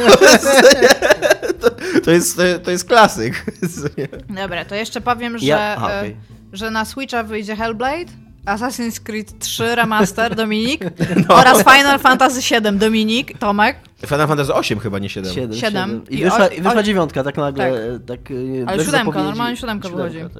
to, to, jest, to jest klasyk. Dobra, to jeszcze powiem, że, Ja... Aha, okay. e, że na Switcha wyjdzie Hellblade, Assassin's Creed trzy Remaster, Dominik, no. oraz Final Fantasy siedem, Dominik, Tomek. Final Fantasy osiem chyba, nie siedem. siedem, siedem. siedem. I, I wyszła, o- i wyszła o- dziewiątka, tak nagle. Tak. Tak, Ale bez siódemka, zapowiedzi. normalnie siódemka wychodzi. tak.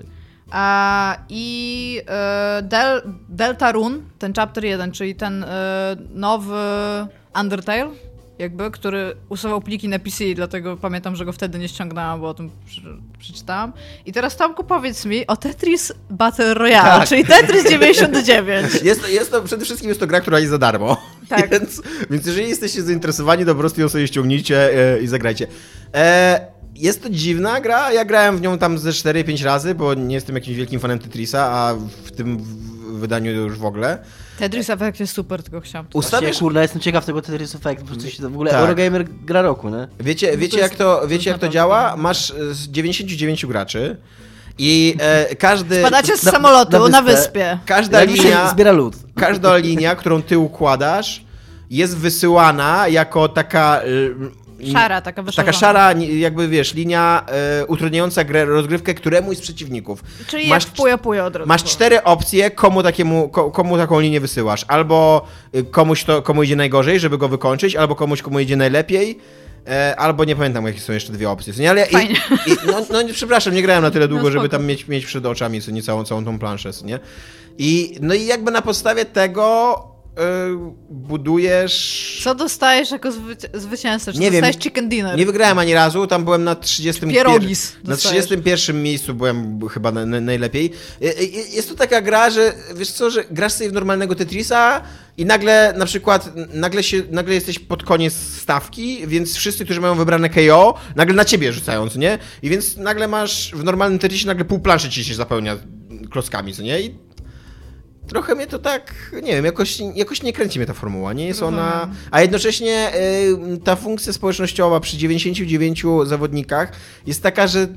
A, I e, Del, Deltarune, ten chapter jeden, czyli ten e, nowy Undertale, jakby, który usuwał pliki na P C, dlatego pamiętam, że go wtedy nie ściągnęłam, bo o tym przy, przeczytałam. I teraz, Tomku, powiedz mi o Tetris Battle Royale, Tak. czyli Tetris dziewięćdziesiąt dziewięć. Jest to, jest to, przede wszystkim jest to gra, która jest za darmo. Tak. Więc, więc jeżeli jesteście zainteresowani, to po prostu ją sobie ściągnijcie e, i zagrajcie. E, jest to dziwna gra, ja grałem w nią tam ze cztery pięć razy, bo nie jestem jakimś wielkim fanem Tetrisa, a w tym w wydaniu już w ogóle. Tetris Effect jest super, tylko chciałam. Ustawię, kurna, jestem ciekaw tego Tetris Effect, po prostu się to w ogóle Tak. Eurogamer gra roku, nie? Wiecie, wiecie to jak jest- to, to wiecie jest jak to naprawdę działa? fajne. Masz e, z dziewięćdziesięciu dziewięciu graczy i e, każdy... Spadacie z na- samolotu na na wyspę. wyspie. Każda Jak się linia... zbiera lód. Każda linia, którą ty układasz, jest wysyłana jako taka... e, Szara, taka wyszowana. Taka szara, ni- jakby wiesz, linia e, utrudniająca grę, rozgrywkę któremuś z przeciwników. Czyli masz, jak w pujo pujo od razu. masz cztery opcje, komu, takiemu, ko, komu taką linię wysyłasz. Albo y, komuś, to, komu idzie najgorzej, żeby go wykończyć, albo komuś, komu idzie najlepiej. E, albo nie pamiętam, jakie są jeszcze dwie opcje. Co nie, ale Fajnie. I, i, no, no przepraszam, nie grałem na tyle długo, No, żeby spoko. tam mieć, mieć przed oczami co nie całą, całą tą planszę, co nie? I, no i jakby na podstawie tego y, budujesz... Co dostajesz jako zwyci- zwycięzca? Czy Nie wiem. dostajesz chicken dinner? Nie wygrałem ani razu, tam byłem na trzydziestym Pierogis pier... Na dostajesz. trzydziestym pierwszym miejscu byłem chyba na, na, najlepiej. I- i- Jest to taka gra, że wiesz co, że grasz sobie w normalnego Tetrisa i nagle na przykład nagle, się, nagle jesteś pod koniec stawki, więc wszyscy, którzy mają wybrane K O, nagle na ciebie rzucają, co nie? I więc nagle masz w normalnym Tetrisie nagle pół planszy ci się zapełnia klockami, co nie? I trochę mnie to tak, nie wiem, jakoś, jakoś nie kręci mnie ta formuła, nie jest ona... A jednocześnie y, ta funkcja społecznościowa przy dziewięćdziesięciu dziewięciu zawodnikach jest taka, że y,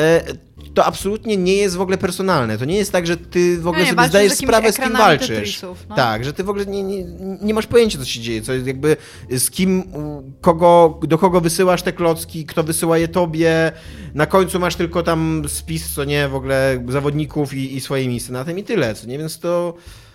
to absolutnie nie jest w ogóle personalne. To nie jest tak, że ty w ogóle nie, sobie walczysz zdajesz z jakimiś sprawę, z kim ekranami walczysz. Tetrisów, no. Tak, że ty w ogóle nie, nie, nie masz pojęcia, co się dzieje, co jest jakby z kim, u, kogo, do kogo wysyłasz te klocki, kto wysyła je tobie. Na końcu masz tylko tam spis, co nie, w ogóle zawodników i, i swoje miejsce na tym i tyle, co nie, więc to...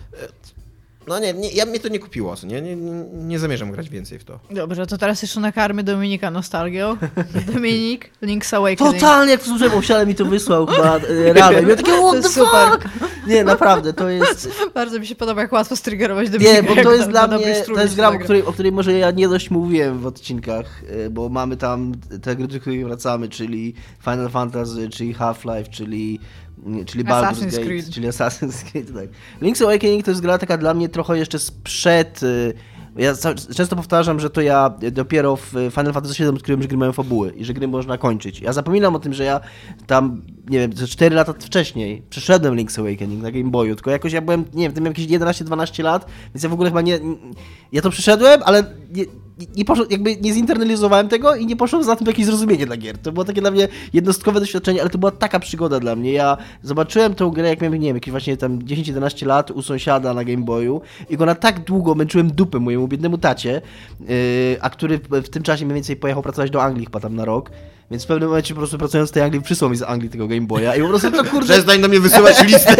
No nie, nie, ja mnie to nie kupiło, co nie? Nie, nie, nie zamierzam grać więcej w to. Dobrze, to teraz jeszcze nakarmię Dominika nostalgią. Dominik, Link's Awakening. Totalnie, jak słyszałem, Osiale mi to wysłał chyba e, rano. I ja takie, To what the jest super. fuck? Nie, naprawdę, to jest... Bardzo mi się podoba, jak łatwo strygerować Dominika. Nie, bo jak to jest do- dla do dobrej mnie, struny to jest się gra, o zagra. której, o której może ja nie dość mówiłem w odcinkach, e, bo mamy tam te gry, do których wracamy, czyli Final Fantasy, czyli Half-Life, czyli, czyli Baldur's Assassin's Gate, Creed. czyli Assassin's Creed, tak. Link's Awakening to jest gra taka dla mnie trochę jeszcze sprzed... e, Ja ca- często powtarzam, że to ja dopiero w Final Fantasy siedem odkryłem, że gry mają fabuły i że gry można kończyć. Ja zapominam o tym, że ja tam, nie wiem, ze cztery lata wcześniej przeszedłem Link's Awakening na Game Boyu, tylko jakoś ja byłem, nie wiem, wtedy miałem jakieś jedenaście dwanaście lat, więc ja w ogóle chyba nie... Ja to przeszedłem, ale nie, nie poszło, jakby nie zinternalizowałem tego i nie poszło za tym jakieś zrozumienie dla gier. To było takie dla mnie jednostkowe doświadczenie, ale to była taka przygoda dla mnie. Ja zobaczyłem tą grę, jak miałem, nie wiem, jakieś właśnie tam dziesięć jedenaście lat u sąsiada na Game Boyu i go na tak długo męczyłem dupę mojemu biednemu tacie, yy, a który w, w tym czasie mniej więcej pojechał pracować do Anglii chyba tam na rok. Więc w pewnym momencie po prostu pracując w tej Anglii przysłał mi z Anglii tego Game Boya i po prostu to kurde... Przestań do mnie wysyłać listy.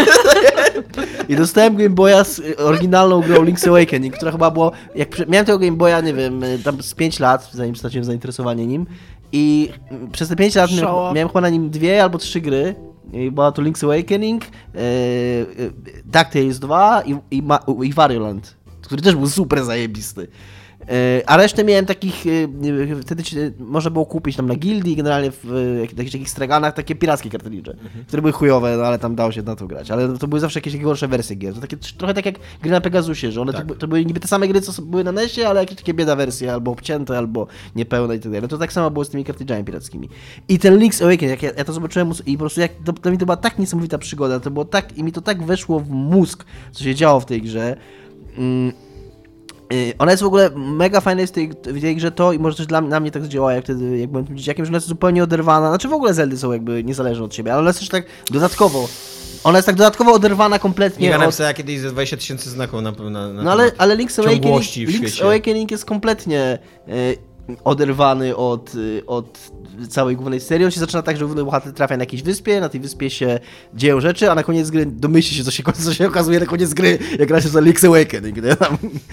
I dostałem Game Boya z y, oryginalną grą Link's Awakening, która chyba było... Jak prze... Miałem tego Game Boya, nie wiem, y, tam z pięć lat, zanim straciłem zainteresowanie nim. I y, przez te pięć lat Show miałem, up. miałem chyba na nim dwie albo trzy gry. I była to Link's Awakening, y, y, DuckTales dwa i, i, Ma- i Wario Land, który też był super zajebisty. A resztę miałem takich, wtedy można było kupić tam na gildii, generalnie w jakichś takich straganach takie pirackie kartridże, mhm. które były chujowe, no ale tam dało się na to grać. Ale to były zawsze jakieś gorsze wersje gier. To takie, trochę tak jak gry na Pegasusie, że one tak. to, to były niby te same gry, co były na nesie, ale jakieś takie bieda wersje, albo obcięte, albo niepełne i tak dalej. No to tak samo było z tymi kartridżami pirackimi. I ten Link's Awakening, jak ja, ja to zobaczyłem i po prostu jak, to, to mi to była tak niesamowita przygoda, to było tak, i mi to tak weszło w mózg, co się działo w tej grze. Mm. Ona jest w ogóle mega fajna jest w tej, w tej grze to i może też dla mnie, na mnie tak zadziała, jak wtedy, jak byłem tym dzieciakiem, że ona jest zupełnie oderwana, znaczy w ogóle Zeldy są jakby niezależne od siebie, ale ona jest też tak dodatkowo, ona jest tak dodatkowo oderwana kompletnie Nie, od... napisała kiedyś ze dwadzieścia tysięcy znaków na, na, na No ale, ale Link's Awakening, w Link's Awakening jest kompletnie y, oderwany od, y, od całej głównej serii. On się zaczyna tak, że główny bohater trafia na jakiejś wyspie, na tej wyspie się dzieją rzeczy, a na koniec gry domyśli się, co się, co się okazuje na koniec gry, jak gra się za Link's Awakening. Nie? Tam.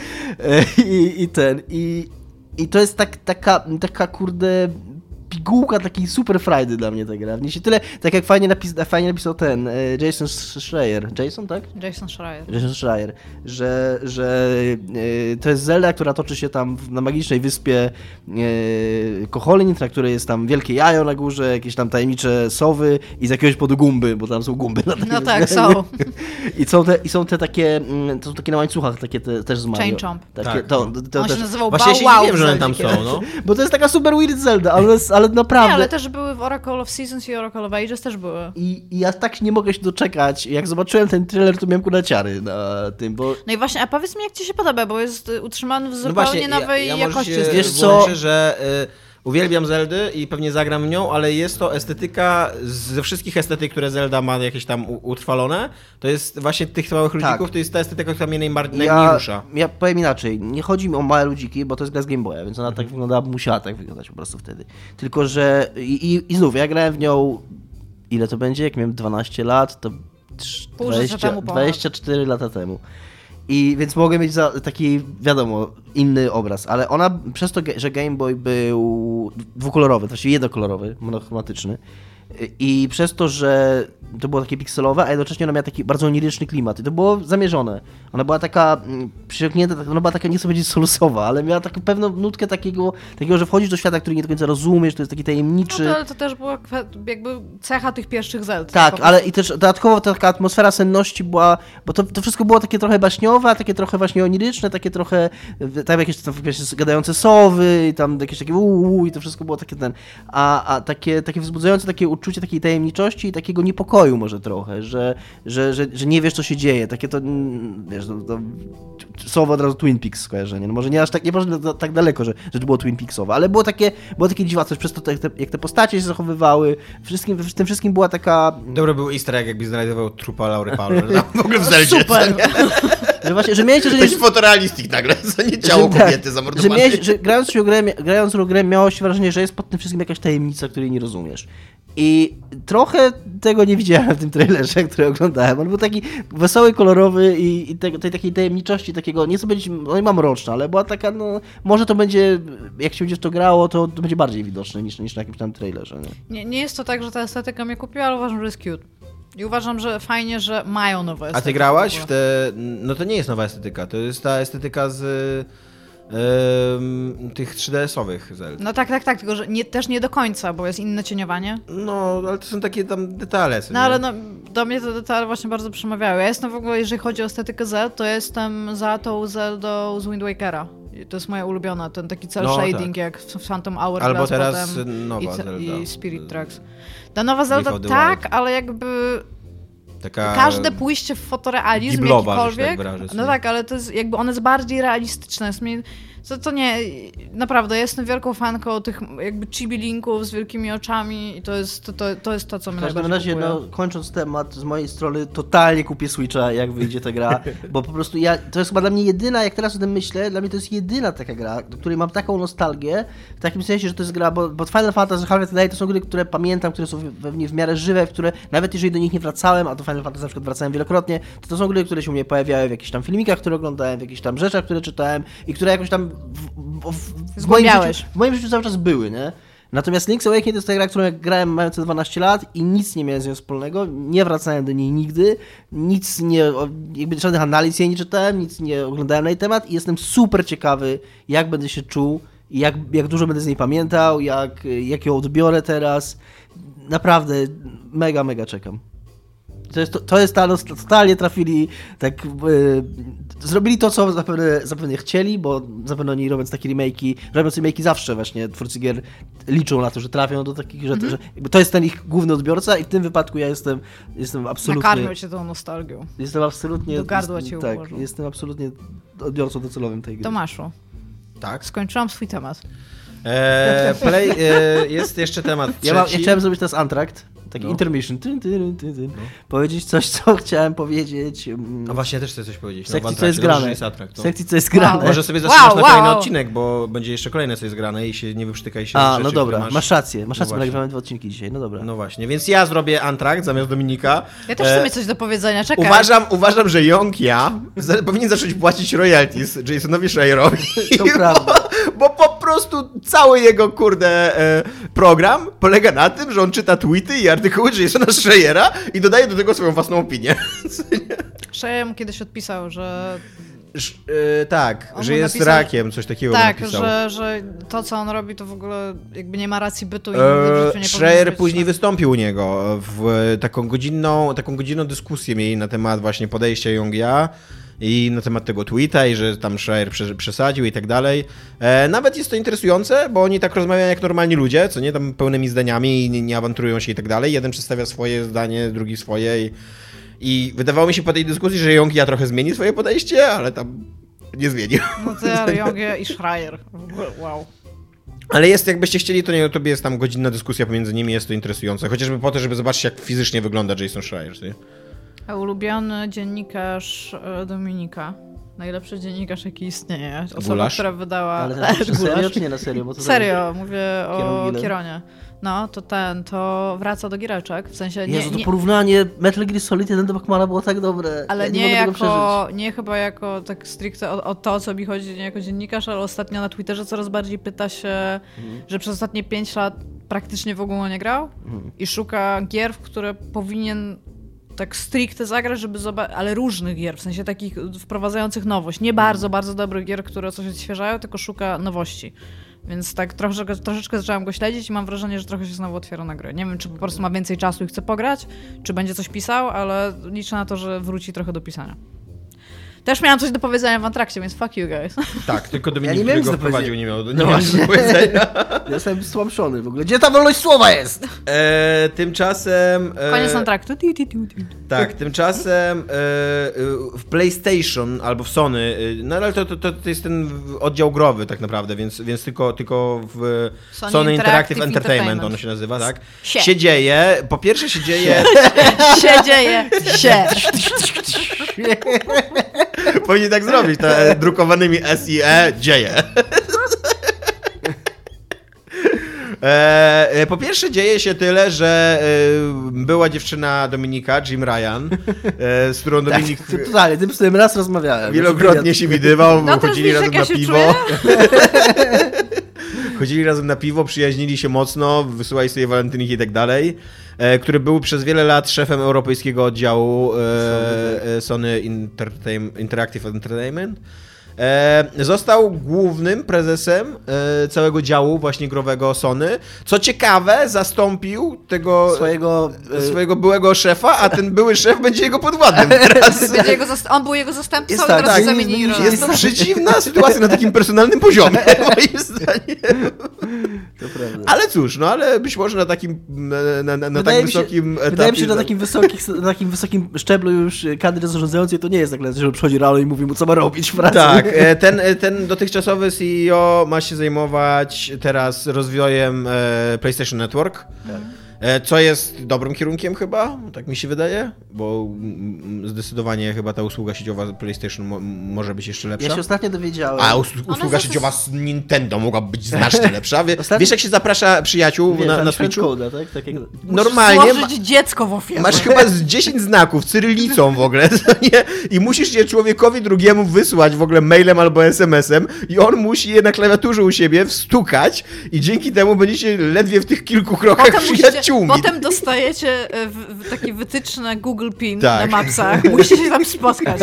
I, I ten, i, i to jest tak, taka, taka kurde pigułka takiej super frajdy dla mnie ta gra. W niej się tyle, tak jak fajnie, napis, fajnie napisał ten Jason Schreier. Jason, tak? Jason Schreier. Jason Schreier, że, że yy, to jest Zelda, która toczy się tam na magicznej wyspie yy, Koholint, na której jest tam wielkie jajo na górze, jakieś tam tajemnicze sowy i z jakiegoś powodu gumby, bo tam są gumby. Na no tak, są. I są te, i są te takie, to są takie na łańcuchach, takie te, też z Mario. Chain Chomp. Takie, tak. to, to, to On też... się nazywał Właśnie Bow ja się Wow. nie wiem, że one tam są, no. Bo to jest taka super weird Zelda, ale, ale naprawdę... Nie, ale też były w Oracle of Seasons i Oracle of Ages też były. I, I ja tak nie mogę się doczekać. Jak zobaczyłem ten trailer, to miałem kudaciary na tym, bo... No i właśnie, a powiedz mi, jak ci się podoba, bo jest utrzymany w zupełnie no właśnie, nowej ja, ja jakości. Się Wiesz co? włączę, że y, uwielbiam Zeldy i pewnie zagram nią, ale jest to estetyka ze wszystkich estetyk, które Zelda ma jakieś tam u, utrwalone, to jest właśnie tych małych ludzików, Tak. to jest ta estetyka, która mnie najbardziej Ja, rusza. ja powiem inaczej, nie chodzi mi o małe ludziki, bo to jest gra z Game Boya, więc ona tak wyglądała, musiała tak wyglądać po prostu wtedy. Tylko, że i, i, i znów, ja grałem w nią, ile to będzie, jak miałem dwanaście lat, to Pół życia temu ponad. dwadzieścia cztery lata temu. I więc mogę mieć za, taki, wiadomo, inny obraz, ale ona przez to, że Game Boy był dwukolorowy, właściwie jednokolorowy, monochromatyczny, i przez to, że to było takie pikselowe, a jednocześnie ona miała taki bardzo oniryczny klimat i to było zamierzone. Ona była taka przyciągnięta, ona była taka, nie chcę powiedzieć solusowa, ale miała taką pewną nutkę takiego, takiego, że wchodzisz do świata, który nie do końca rozumiesz, to jest taki tajemniczy. No to, ale to też była jakby cecha tych pierwszych Zeld. Tak, ale i też dodatkowo taka atmosfera senności była, bo to, to wszystko było takie trochę baśniowe, takie trochę właśnie oniryczne, takie trochę, tam jakieś tam gadające sowy i tam jakieś takie uuu i to wszystko było takie ten, a, a takie, takie wzbudzające takie uczucie takiej tajemniczości i takiego niepokoju może trochę, że, że, że, że nie wiesz, co się dzieje. Takie to, wiesz, to, to słowo od razu Twin Peaks skojarzenie. No może nie aż tak, nie może tak daleko, że, że to było Twin Peaksowe, ale było takie, było takie dziwactwo, przez to te, te, jak te postacie się zachowywały, wszystkim, w tym wszystkim była taka... Dobry był easter egg, jakby znajdował trupa Laury Palmer. W ogóle w Zeldzie. Super! Że właśnie, że miałeś, że To jest fotorealistik nagle, co nie ciało że, kobiety tak, zamordowane. Że, miałeś, że grając w grę, grając w grę miało się wrażenie, że jest pod tym wszystkim jakaś tajemnica, której nie rozumiesz. I trochę tego nie widziałem w tym trailerze, który oglądałem. On był taki wesoły, kolorowy i, i te, tej takiej tajemniczości, takiego, nie chcę powiedzieć, no nie mam mroczna, ale była taka, no, może to będzie, jak się będzie w to grało, to, to będzie bardziej widoczne niż, niż na jakimś tam trailerze. Nie? Nie, nie jest to tak, że ta estetyka mnie kupiła, ale uważam, że jest cute. I uważam, że fajnie, że mają nowe estetyki. A ty grałaś w te... No to nie jest nowa estetyka, to jest ta estetyka z... Ym, tych trzy D S-owych Zeld. No tak, tak, tak, tylko że nie, też nie do końca, bo jest inne cieniowanie. No, ale to są takie tam detale. No ale no, do mnie te detale właśnie bardzo przemawiały. Ja jestem w ogóle, jeżeli chodzi o estetykę Z, to jestem za tą Zeldą z Wind Wakera. To jest moja ulubiona, ten taki cel no, shading tak. jak w Phantom Hourglass. Albo teraz potem nowa i, Zelda. I Spirit Tracks. Ta nowa Zelda tak, Wild. ale jakby... Taka każde pójście w fotorealizm giblowa, jakikolwiek, tak wyrażę, no tak, ale to jest jakby one jest bardziej realistyczne. Jest mi, to, to nie, naprawdę, ja jestem wielką fanką tych jakby chibi linków z wielkimi oczami i to jest to, to, to, jest to co mnie W każdym najbardziej razie, kupuje. no, kończąc temat, z mojej strony totalnie kupię Switcha, jak wyjdzie ta gra, bo po prostu ja, to jest chyba dla mnie jedyna, jak teraz o tym myślę, dla mnie to jest jedyna taka gra, do której mam taką nostalgię, w takim sensie, że to jest gra, bo, bo Final Fantasy, Half-Life Alyx to są gry, które pamiętam, które są pewnie w miarę żywe, w które nawet jeżeli do nich nie wracałem, a do Final Fantasy na przykład wracałem wielokrotnie, to to są gry, które się u mnie pojawiały w jakichś tam filmikach, które oglądałem, w jakichś tam rzeczach, które czytałem i które jakoś tam w, w, w, w, moim, życiu, w moim życiu cały czas były, nie? Natomiast Link's Awakening to jest ta gra, którą jak grałem mając dwanaście lat i nic nie miałem z nią wspólnego, nie wracałem do niej nigdy, nic nie, jakby żadnych analiz jej nie czytałem, nic nie oglądałem na jej temat i jestem super ciekawy, jak będę się czuł, jak, jak dużo będę z niej pamiętał, jak, jak ją odbiorę teraz. Naprawdę mega, mega czekam. To jest, to, to jest ta, no, totalnie trafili, tak, yy, zrobili to, co zapewne, zapewne chcieli, bo zapewne oni robiąc takie remake'i, robiąc remake'i zawsze właśnie twórcy gier liczą na to, że trafią do takich, że, mm-hmm. że jakby to jest ten ich główny odbiorca i w tym wypadku ja jestem, jestem absolutnie... Nakarmił cię tą nostalgią. Jestem absolutnie... Do gardła cię Tak, ułożył. jestem absolutnie odbiorcą docelowym tej gry. Tomaszu, Tak. skończyłam swój temat. Eee, play, e, jest jeszcze temat trzeci. Ja, mam, ja chciałem zrobić teraz antrakt, taki No. intermission, tyn, tyn, tyn, tyn. No. Powiedzieć coś, co chciałem powiedzieć. No właśnie, ja też chcę coś powiedzieć. W sekcji, no, co jest Dobrze, grane. że jest attrakt, W no. sekcji, co jest grane. Wow. Może sobie zatrzymasz Wow, na kolejny wow. odcinek, bo będzie jeszcze kolejne, co jest grane i się nie wyprztykaj się A, z rzeczy, no dobra, które masz rację, masz No rację, bo właśnie. nagrywamy dwa odcinki dzisiaj, no dobra. No właśnie, więc ja zrobię antrakt zamiast Dominika. Ja też E, chcę mieć coś do powiedzenia, czekaj. Uważam, uważam, że Young ja za, powinien zacząć płacić royalties Jasonowi Schreierowi. To prawda. Bo, bo po prostu cały jego, kurde, e, program polega na tym, że on czyta tweety i artykuły Jasona Schreiera i dodaje do tego swoją własną opinię. Shea mu kiedyś odpisał, że Sz, e, tak, On że mu jest napisał- rakiem, coś takiego tak, napisał. że, że to, co on robi, to w ogóle jakby nie ma racji bytu i nigdy w życiu nie E, powinno Schreier być później tak. wystąpił u niego w taką godzinną, taką godzinną dyskusję mieli na temat właśnie podejścia Youngia i na temat tego tweeta i że tam Schreier prze- przesadził i tak dalej. E, nawet jest to interesujące, bo oni tak rozmawiają jak normalni ludzie, co nie, tam pełnymi zdaniami i nie, nie awanturują się i tak dalej. Jeden przedstawia swoje zdanie, drugi swoje i, i wydawało mi się po tej dyskusji, że Youngia trochę zmieni swoje podejście, ale tam nie zmienił. No to ja, Jogie i Schreier. W ogóle, wow. Ale jest, jakbyście chcieli, to na YouTubie jest tam godzinna dyskusja pomiędzy nimi, jest to interesujące. Chociażby po to, żeby zobaczyć, jak fizycznie wygląda Jason Schreier. Nie? A ulubiony dziennikarz e, Dominika. Najlepszy dziennikarz, jaki istnieje. Osoba, Gulasz? która wydała... Ale ten na Gulasz. serio czy nie na serio? Bo to Serio, mówię o Kieron Gillen. Kieronie. No, to ten, to wraca do giereczek, w sensie nie, Jezu, to nie, porównanie Metal Gear Solid jeden do Pacmana było tak dobre. ale ja nie, nie, mogę tego jako, przeżyć. nie chyba jako tak stricte o, o to, o co mi chodzi, nie jako dziennikarz, ale ostatnio na Twitterze coraz bardziej pyta się, Mhm. że przez ostatnie pięć lat praktycznie w ogóle nie grał Mhm. i szuka gier, w które powinien tak stricte zagrać, żeby zobaczyć, ale różnych gier, w sensie takich wprowadzających nowość. Nie bardzo, bardzo dobrych gier, które coś odświeżają, tylko szuka nowości. Więc tak troszeczkę, troszeczkę zaczęłam go śledzić i mam wrażenie, że trochę się znowu otwiera na gry. Nie wiem, czy po prostu ma więcej czasu i chce pograć, czy będzie coś pisał, ale liczę na to, że wróci trochę do pisania. Też miałam coś do powiedzenia w Antrakcie, więc fuck you guys. Tak, tylko Dominik, nie miałem który nic go do wprowadził, powiedzenia. nie miał, nie No miał nic do właśnie. powiedzenia. Ja jestem stłamszony w ogóle. Gdzie ta wolność słowa jest? E, tymczasem... E, Koniec Antraktu. Ti, ti, ti, ti. Tak, tymczasem e, w PlayStation albo w Sony, e, no ale to, to, to jest ten oddział growy tak naprawdę, więc, więc tylko, tylko w Sony Sony, Interactive, Interactive Entertainment, Entertainment. ono się nazywa, tak? Sie. Się dzieje, po pierwsze się dzieje, Się dzieje, się. powinni tak zrobić, to e, drukowanymi S I E dzieje. E, e, po pierwsze dzieje się tyle, że e, była dziewczyna Dominika, Jim Ryan, e, z którą Dominik Tak, totalnie, tym z tym raz rozmawiałem. wielokrotnie się widywał, No to chodzili wiesz, razem jak na ja się piwo. Chodzili razem na piwo, przyjaźnili się mocno, wysyłali sobie walentynki i tak dalej, e, który był przez wiele lat szefem europejskiego oddziału e, e, Sony Intertain- Interactive Entertainment. E, został głównym prezesem e, całego działu właśnie growego Sony. Co ciekawe, zastąpił tego Swojego... e, swojego byłego szefa, a ten były szef będzie jego podwładnym teraz. Będzie jego zast- on był jego zastępcą, Jest i tak, teraz tak, się zamienili jest- rolami. Jest to przeciwna sytuacja na takim personalnym poziomie, moim zdaniem. To prawda. Ale cóż, no ale być może na takim, na, na, na tak Wydaje mi się- wysokim etapie... Wydaje mi się, że na takim, wysokich, na takim wysokim szczeblu już kadry zarządzającej to nie jest tak, że przychodzi rano i mówi mu, co ma robić w pracy. Tak, e, ten, e, ten dotychczasowy C E O ma się zajmować teraz rozwojem e, PlayStation Network. Co jest dobrym kierunkiem chyba, tak mi się wydaje, bo zdecydowanie chyba ta usługa sieciowa PlayStation mo- może być jeszcze lepsza. Ja się ostatnio dowiedziałem. A us- usługa sieciowa z Nintendo mogłaby być znacznie lepsza. Wie- Ostatnio... Wiesz, jak się zaprasza przyjaciół Wiesz, na, na Switchu? Switchu? Tak? Tak jak... Normalnie Złożyć dziecko w ofierze. masz chyba z dziesięć znaków, cyrylicą w ogóle, nie? I musisz je człowiekowi drugiemu wysłać w ogóle mailem albo es em esem i on musi je na klawiaturze u siebie wstukać i dzięki temu będziecie ledwie w tych kilku krokach Potem, przyjaciółmi. musicie, potem dostajecie w, w takie wytyczne Google Pin Tak. na Mapsach. Musicie się tam spotkać.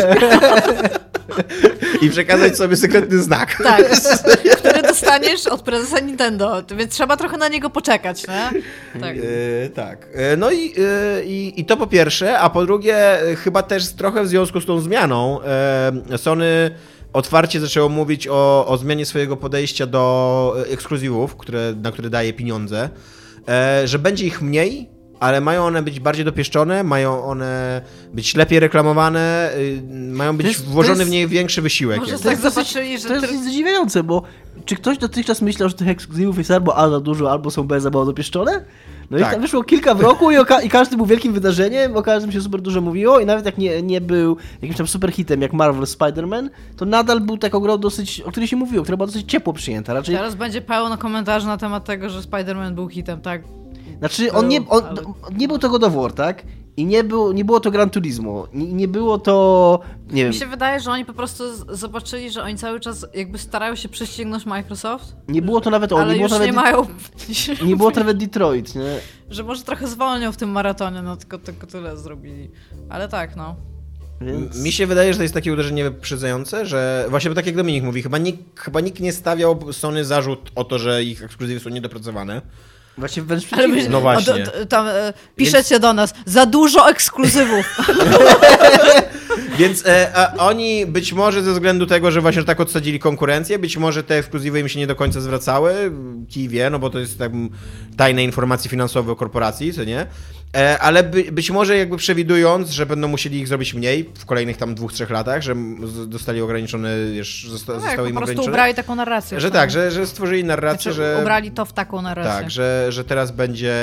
I przekazać sobie sekretny znak. Tak, który dostaniesz od prezesa Nintendo, więc trzeba trochę na niego poczekać, nie? Tak. E, tak. E, no i, e, i, i to po pierwsze, a po drugie e, chyba też trochę w związku z tą zmianą e, Sony otwarcie zaczęło mówić o, o zmianie swojego podejścia do ekskluzywów, które, na które daje pieniądze, e, że będzie ich mniej, ale mają one być bardziej dopieszczone, mają one być lepiej reklamowane, y, mają być jest- włożony jest- w nie większy wysiłek. Może jakby. tak dosyć- zobaczyli, że To jest ty- zdziwiające, bo czy ktoś dotychczas myślał, że tych ekskluzywów jest albo A za dużo, albo są B za mało dopieszczone? No Tak. i tam wyszło kilka w roku i, oka- i każdy był wielkim wydarzeniem, o każdym się super dużo mówiło i nawet jak nie, nie był jakimś tam super hitem jak Marvel Spider-Man, to nadal był taką grą dosyć, o której się mówiło, która była dosyć ciepło przyjęta. Raczej, Teraz będzie pełno komentarzy na temat tego, że Spider-Man był hitem, tak? znaczy on nie, on, ale- nie był to God of War, tak? I nie, był, nie było to Gran Turismo, nie, nie było to, nie wiem, Mi się wydaje, że oni po prostu z- zobaczyli, że oni cały czas jakby starają się prześcignąć Microsoft, nie było to nawet on, ale nie było już to nawet, nie mają... nie było to nawet Detroit, nie? Że może trochę zwolnią w tym maratonie, no tylko, tylko tyle zrobili. Ale tak, no. Więc... Mi się wydaje, że to jest takie uderzenie wyprzedzające, że właśnie tak jak Dominik mówi, chyba nikt, chyba nikt nie stawiał Sony zarzut o to, że ich ekskluzywy są niedopracowane. Właśnie wręcz Ale przeciwnie. my, No właśnie. O, d- d- tam, e, piszecie do nas, za dużo ekskluzywów. Więc e, a oni być może ze względu tego, że właśnie tak odsadzili konkurencję, być może te ekskluzywy im się nie do końca zwracały, kij wie, no bo to jest tak tajne informacje finansowe o korporacji, co nie? E, ale by, być może jakby przewidując, że będą musieli ich zrobić mniej w kolejnych tam dwóch, trzech latach, że z- dostali ograniczone, wiesz, zosta, Tak, zostały po im prostu ograniczone. ubrali taką narrację. Że tak, że, że stworzyli narrację, Znaczy, że... ubrali to w taką narrację. Tak, że, że teraz będzie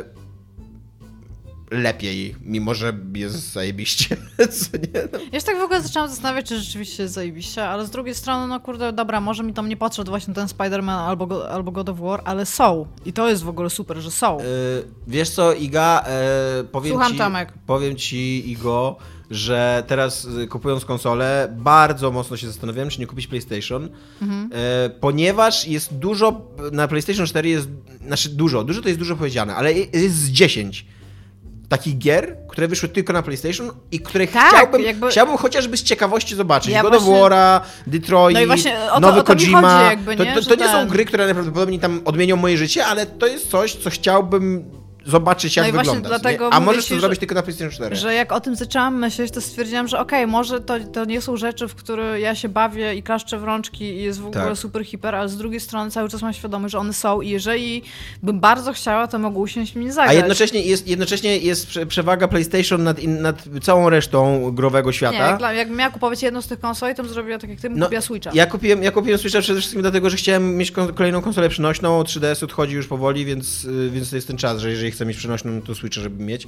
lepiej, mimo że jest zajebiście, co nie? No. Ja się tak w ogóle zaczęłam zastanawiać, czy rzeczywiście jest zajebiście, ale z drugiej strony, no kurde, dobra, może mi tam nie podszedł właśnie ten Spider-Man albo, go, albo God of War, ale są. I to jest w ogóle super, że są. Yy, wiesz co, Iga, yy, powiem Słucham, ci, Tomek. powiem ci, Igo, że teraz y, kupując konsolę, bardzo mocno się zastanawiałem, czy nie kupić PlayStation, Mhm. yy, ponieważ jest dużo, na PlayStation cztery jest, znaczy dużo, dużo to jest dużo powiedziane, ale jest z dziesięć takich gier, które wyszły tylko na PlayStation i których Tak, chciałbym, jakby- chciałbym chociażby z ciekawości zobaczyć. Ja God właśnie- of War'a, Detroit, No i właśnie o to- nowy o to mi Kojima. chodzi jakby, to nie? to, Że to nie są ten- gry, które najprawdopodobniej tam odmienią moje życie, ale to jest coś, co chciałbym zobaczyć, jak No i właśnie wygląda. dlatego nie? A mówię możesz ci, to że- zrobić tylko na PlayStation cztery. Że jak o tym zaczęłam myśleć, to stwierdziłam, że okej, może to, to nie są rzeczy, w które ja się bawię i klaszczę w rączki i jest w ogóle Tak. super hiper, ale z drugiej strony cały czas mam świadomość, że one są i jeżeli bym bardzo chciała, to mogę usiąść i mnie zagrać. A jednocześnie jest, jednocześnie jest prze- przewaga PlayStation nad, in, nad całą resztą growego Nie, świata. jak, dla- jakbym miała kupować jedną z tych konsoli, to bym zrobiła tak jak ty, bym No, kupiła Switcha. Ja kupiłem, ja kupiłem Switcha przede wszystkim dlatego, że chciałem mieć kon- kolejną konsolę przenośną, trzy D S odchodzi już powoli, więc, y, więc to jest ten czas, że jeżeli chcę mieć przenośną, to Switcha, żeby mieć.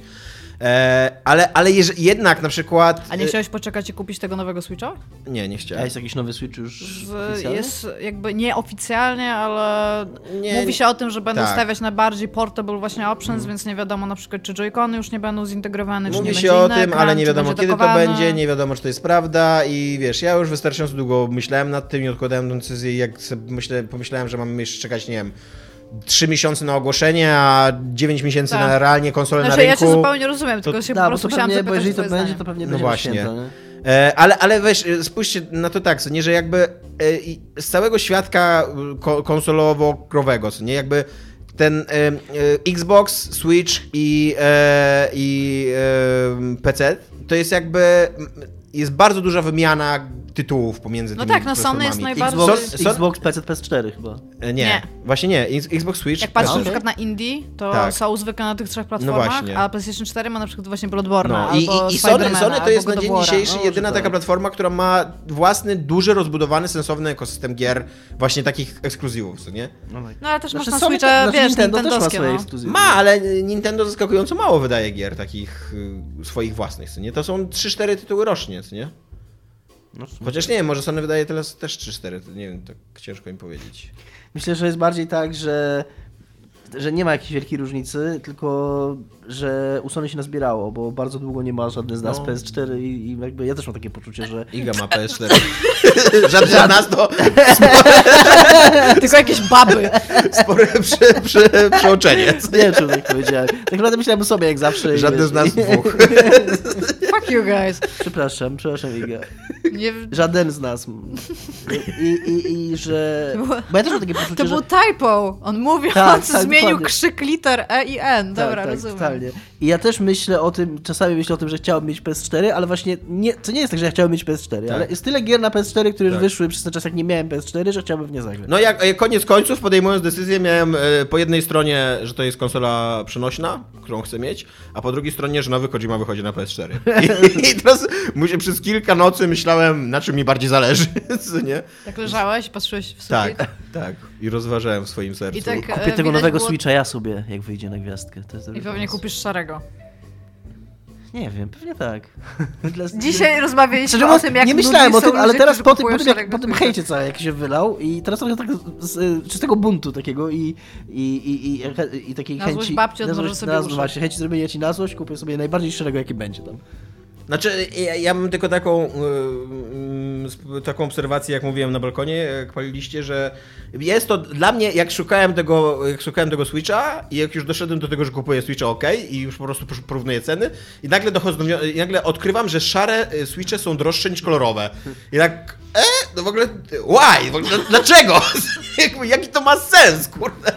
E, ale ale jeż- jednak na przykład... A nie y, chciałeś poczekać i kupić tego nowego Switcha? Nie, nie A chciałem. jest jakiś nowy Switch już Z, oficjalny? jest jakby nieoficjalnie, ale Nie, mówi się o tym, że będą tak. stawiać na bardziej portable właśnie options, więc nie wiadomo na przykład, czy Joy-Cony już nie będą zintegrowane, czy Mówi nie się będzie o inny tym, ekran, ale nie czy wiadomo będzie kiedy to dokowane. będzie, nie wiadomo czy to jest prawda i wiesz, ja już wystarczająco długo myślałem nad tym i odkładałem tę decyzję i jak sobie myślę, pomyślałem, że mam jeszcze czekać, nie wiem, trzy miesiące na ogłoszenie, a dziewięć miesięcy Tak. na realnie konsolę Znaczy, na ja rynku. cię zupełnie rozumiem, tylko się Da, po bo prostu to chciałam pewnie, bo zapytać jeżeli to twoje będzie, zdanie. to pewnie No będzie właśnie. święto, nie? E, ale, ale weź, e, spójrzcie na to tak, co nie, że jakby e, i z całego świadka e, ko- konsolowo-growego, co nie, jakby ten e, e, Xbox, Switch i, e, i e, P C to jest jakby m, jest bardzo duża wymiana tytułów pomiędzy No tymi tak, no Sony jest platformami. najbardziej... Xbox, Son- Son- Xbox, P C, P S cztery chyba. E, Nie, Nie. właśnie nie. X- Xbox Switch. Jak patrzysz P S. na przykład na Indie, to Tak. są zwykle na tych trzech platformach, właśnie. a PlayStation cztery ma na przykład właśnie Bloodborne No, i, albo i, i Sony, Spidermana, Sony to albo jest na God of dzień War'a. dzisiejszy No, jedyna że taka tak. platforma, która ma własny, duży, rozbudowany, sensowny ekosystem gier, właśnie takich ekskluzywów, co nie? No ale też Znaczy, masz na Sony- Switcha, znaczy, wiesz, Nintendo też ma nintendowskie, swoje no. ekskluzywy. Ma, ale Nintendo zaskakująco mało wydaje gier takich y, swoich własnych, co nie? To są trzy cztery tytuły rocznie, co nie? Chociaż nie wiem, może Sony wydaje teraz też trzy cztery, to nie wiem, tak ciężko im powiedzieć. Myślę, że jest bardziej tak, że, że nie ma jakiejś wielkiej różnicy, tylko że u Sony się nazbierało, bo bardzo długo nie ma żadnych z nas No. P S cztery i, i jakby ja też mam takie poczucie, że... Iga ma P S cztery. Żadne z nas to Tylko jakieś baby. spore przy, przy, przeoczenie. Nie wiem, czy tak powiedziałem. Tak naprawdę myślałem o sobie jak zawsze. i Żadne wiesz, z nas i- dwóch. Fuck you guys. Przepraszam, przepraszam Iga. Nie, Żaden z nas. I, i, i że... To było- Bo ja też mam takie poczucie, to że... był typo. On mówiąc Tak, tak, zmienił dokładnie. krzyk liter E i N. Dobra, tak, tak, rozumiem. totalnie. I ja też myślę o tym, czasami myślę o tym, że chciałbym mieć P S cztery, ale właśnie nie, to nie jest tak, że ja chciałbym mieć P S cztery, Tak. ale jest tyle gier na P S cztery, które już Tak. wyszły przez ten czas, jak nie miałem P S cztery, że chciałbym w nie zagrać. No jak, jak koniec końców, podejmując decyzję, miałem e, po jednej stronie, że to jest konsola przenośna, którą chcę mieć, a po drugiej stronie, że nowy Kojima wychodzi na P S cztery. I, i teraz muszę przez kilka nocy myślałem, na czym mi bardziej zależy, co nie? Tak leżałeś, patrzyłeś w sufit. Tak, tak. I rozważałem w swoim sercu. I tak, Kupię e, tego widać nowego było- Switcha ja sobie, jak wyjdzie na gwiazdkę. To jest I dobry pewnie pomysł. kupisz szarego. Nie wiem, pewnie tak. Dla- Dzisiaj rozmawialiśmy Szczerze o mówiąc, tym, jak nie myślałem o nudni są tym, ale ludzie, teraz którzy po tym, po kupują tym, jak, szarego po tym Switcha. hejcie całym, jak się wylał i teraz trochę tak z, z czystego buntu takiego i, i, i, i, i takiej Na chęci... złość babci odmrożę sobie na, uszy. właśnie, chęci zrobienia ci na złość, kupię sobie najbardziej szczerego, jaki będzie tam. Znaczy, ja, ja mam tylko taką, yy, yy, sp- taką obserwację, jak mówiłem na balkonie, jak paliliście, że jest to dla mnie, jak szukałem tego, jak szukałem tego Switcha i jak już doszedłem do tego, że kupuję Switcha OK i już po prostu posz- porównuję ceny i nagle dochodzę do, wni- i nagle odkrywam, że szare y, Switche są droższe niż kolorowe. I tak, e, no w ogóle, why? W ogóle, dlaczego? Jakby, jaki to ma sens, kurde?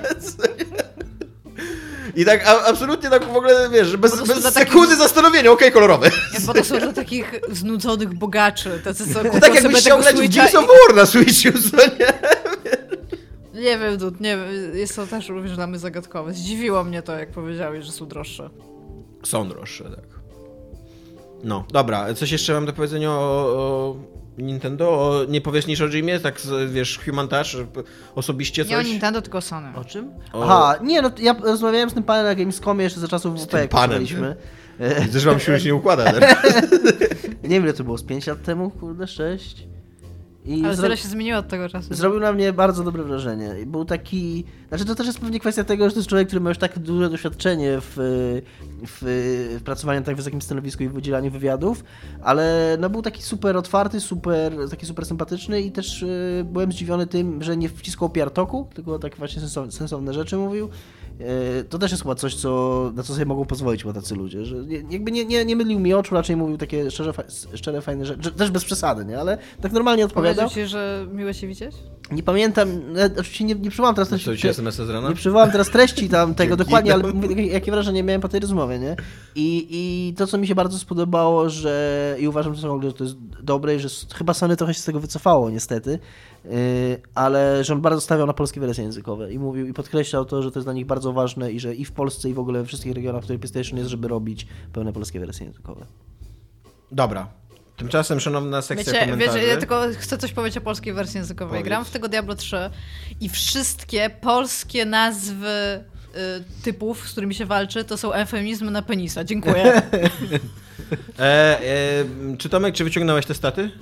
I tak a, absolutnie tak w ogóle, wiesz, że bez, prostu bez dla takich- sekundy zastanowienia, okej, kolorowy. Ja, bo to są dla takich znudzonych bogaczy, tacy co kupują Tak sobie jakbyś tego chciał grać w Switcha Gears i- of War na Switchu, co nie? Nie wiem, Dud, nie wiem, jest to też również dla mnie zagadkowe. Zdziwiło mnie to, jak powiedziałeś, że są droższe. Są droższe, tak. No, dobra, coś jeszcze mam do powiedzenia o, o Nintendo? O, nie powiesz niż o Jimie? Tak, z- wiesz, Human Touch, osobiście Nie o coś? Nintendo, tylko o Sony. O czym? O- Aha, nie, no ja rozmawiałem z tym panem na Gamescomie jeszcze za czasów W P, tym jak panem. rozmawialiśmy. Widzę, że wam się już nie układa teraz. Nie wiem, ile to było, z pięć lat temu, kurde, sześć. I Ale zro- tyle się zmieniło od tego czasu. Zrobił na mnie bardzo dobre wrażenie. I był taki... Znaczy to też jest pewnie kwestia tego, że to jest człowiek, który ma już tak duże doświadczenie w, w, w pracowaniu na tak wysokim stanowisku i w udzielaniu wywiadów, ale no był taki super otwarty, super, taki super sympatyczny i też y, byłem zdziwiony tym, że nie wciskał P R toku, tylko tak właśnie sensowne, sensowne rzeczy mówił. Y, to też jest chyba coś, co, na co sobie mogą pozwolić chyba tacy ludzie, że nie, jakby nie, nie, nie mylił mi oczu, raczej mówił takie szczerze, fa- szczere, fajne rzeczy, że- też bez przesady, nie? Ale tak normalnie odpowiadał. Powiedział ci, że miło się widzieć? Nie pamiętam, e, oczywiście nie, nie przywołam teraz Co treści, ci es em es z rana? nie przywołam teraz treści tam tego Dzięki. dokładnie, ale mówię, jakie- jakie wrażenie miałem po tej rozmowie, nie? I, I to, co mi się bardzo spodobało, że i uważam, że to, że to jest dobre i że s- chyba Sony trochę się z tego wycofało niestety, yy, ale że on bardzo stawiał na polskie wersje językowe i mówił i podkreślał to, że to jest dla nich bardzo ważne i że i w Polsce i w ogóle we wszystkich regionach, w których PlayStation jest, żeby robić pełne polskie wersje językowe. Dobra. Tymczasem, szanowna sekcja Wiecie, komentarzy. wiecie, ja tylko chcę coś powiedzieć o polskiej wersji językowej. Powiedz. Gram w tego Diablo trzy i wszystkie polskie nazwy y, typów, z którymi się walczy, to są eufemizmy na penisa. Dziękuję. E, e, czy Tomek, czy wyciągnąłeś te staty?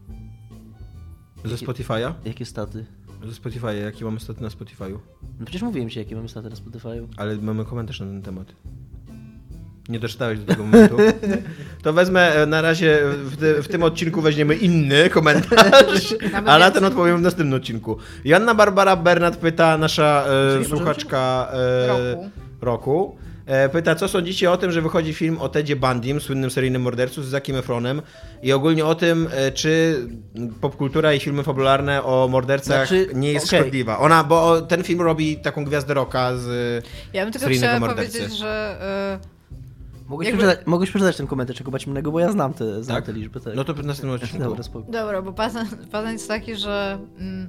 Ze Spotify'a? Jakie staty? Ze Spotify'a, jakie mamy staty na Spotify'u? No przecież mówiłem ci, jakie mamy staty na Spotify'u. Ale mamy komentarz na ten temat. Nie doczytałeś do tego momentu. To wezmę e, na razie, w, ty, w tym odcinku weźmiemy inny komentarz, Nawet a na jak- ten odpowiem w następnym odcinku. Joanna Barbara Bernat pyta, nasza e, Czyli słuchaczka e, Roku. roku, e, pyta, co sądzicie o tym, że wychodzi film o Tedzie Bundim, słynnym seryjnym mordercu z Zackiem Efronem i ogólnie o tym, e, czy popkultura i filmy fabularne o mordercach Znaczy, nie jest okej. szkodliwa. Ona, bo ten film robi taką gwiazdę rocka z Ja bym tylko seryjnego chciała mordercy. powiedzieć, że Mogłeś, Jakby- przeczytać, mogłeś przeczytać ten komentarz jako Baćmnego, bo ja znam te, znam Tak? te liczby. Tak. No to w następnym odcinku. Dobra, spoko. Dobra, bo patent, patent jest taki, że... Mm,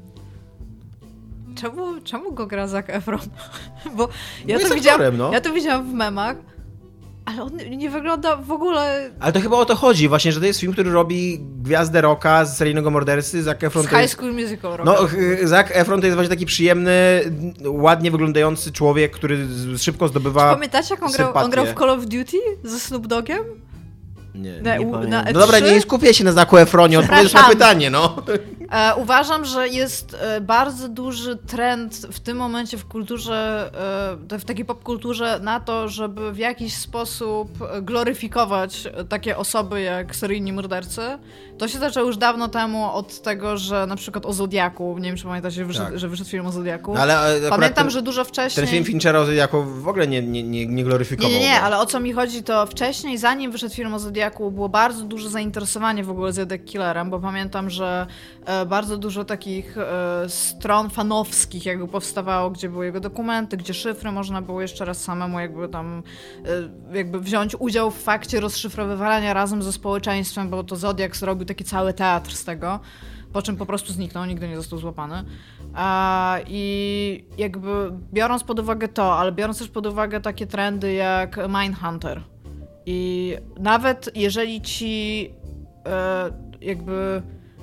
czemu, czemu go gra Zac Efron? Bo ja, jest to widziałam, aktorem, no. ja to widziałam w memach, ale on nie wygląda w ogóle... Ale to chyba o to chodzi właśnie, że to jest film, który robi gwiazdę rocka z seryjnego mordercy. Zac Efron Z to High jest... School Musical. No, robią. ch- Zac Efron to jest właśnie taki przyjemny, ładnie wyglądający człowiek, który z- szybko zdobywa Pamiętacie, jak on grał, on grał w Call of Duty ze Snoop Doggiem? Nie. Na, nie u, pamiętam. na E trzy? No dobra, nie skupię się na Zacu Efronie, odpowiedz na Przepraszam. pytanie, no. E, uważam, że jest e, bardzo duży trend w tym momencie w kulturze, e, w takiej popkulturze na to, żeby w jakiś sposób gloryfikować takie osoby jak seryjni mordercy. To się zaczęło już dawno temu od tego, że na przykład o Zodiaku, nie wiem czy pamiętacie, wyszedł, Tak. że wyszedł film o Zodiaku. No, ale e, akurat Pamiętam, ten, że dużo wcześniej... ten film Finchera jako w ogóle nie, nie, nie, nie gloryfikował. Nie, nie, nie, go. ale o co mi chodzi, to wcześniej, zanim wyszedł film o Zodiaku, było bardzo duże zainteresowanie w ogóle Zodiac Killerem, bo pamiętam, że e, bardzo dużo takich e, stron fanowskich jakby powstawało, gdzie były jego dokumenty, gdzie szyfry można było jeszcze raz samemu jakby tam e, jakby wziąć udział w fakcie rozszyfrowywania razem ze społeczeństwem, bo to Zodiac zrobił taki cały teatr z tego, po czym po prostu zniknął, nigdy nie został złapany. A, I jakby biorąc pod uwagę to, ale biorąc też pod uwagę takie trendy jak Mindhunter i nawet jeżeli ci e, jakby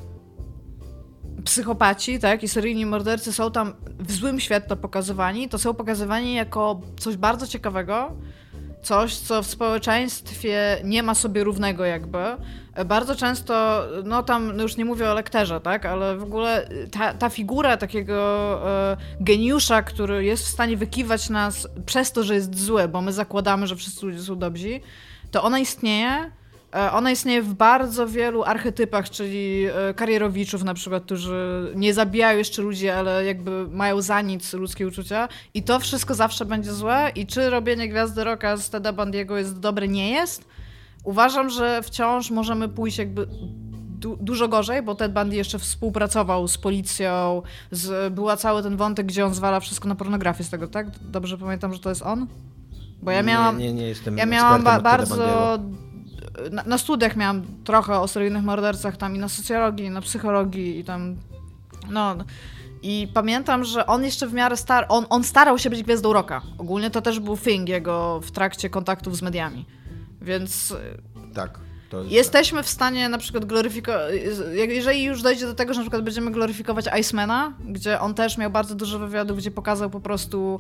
psychopaci, tak, i seryjni mordercy są tam w złym świetle pokazywani, to są pokazywani jako coś bardzo ciekawego, coś, co w społeczeństwie nie ma sobie równego jakby. Bardzo często, no tam no już nie mówię o lekterze, tak, ale w ogóle ta, ta figura takiego e, geniusza, który jest w stanie wykiwać nas przez to, że jest zły, bo my zakładamy, że wszyscy ludzie są dobrzy, to ona istnieje. E, Ona istnieje w bardzo wielu archetypach, czyli e, karierowiczów na przykład, którzy nie zabijają jeszcze ludzi, ale jakby mają za nic ludzkie uczucia i to wszystko zawsze będzie złe i czy robienie Gwiazdy Rocka z Teda Bundy'ego jest dobre, nie jest. Uważam, że wciąż możemy pójść jakby du- dużo gorzej, bo Ted Bundy jeszcze współpracował z policją, z, była cały ten wątek, gdzie on zwala wszystko na pornografię z tego, tak? Dobrze pamiętam, że to jest on? Bo ja miałam... Nie, nie, nie jestem Ja miałam ba- ekspertem od Teda bardzo... Bundy'ego. Na, na studiach miałam trochę o seryjnych mordercach, tam i na socjologii, i na psychologii, i tam... No... I pamiętam, że on jeszcze w miarę star... On, on starał się być Gwiazdą Rocka. Ogólnie to też był thing jego w trakcie kontaktów z mediami. Więc Tak. To jest jesteśmy w stanie na przykład gloryfikować, jeżeli już dojdzie do tego, że na przykład będziemy gloryfikować Icemana, gdzie on też miał bardzo dużo wywiadów, gdzie pokazał po prostu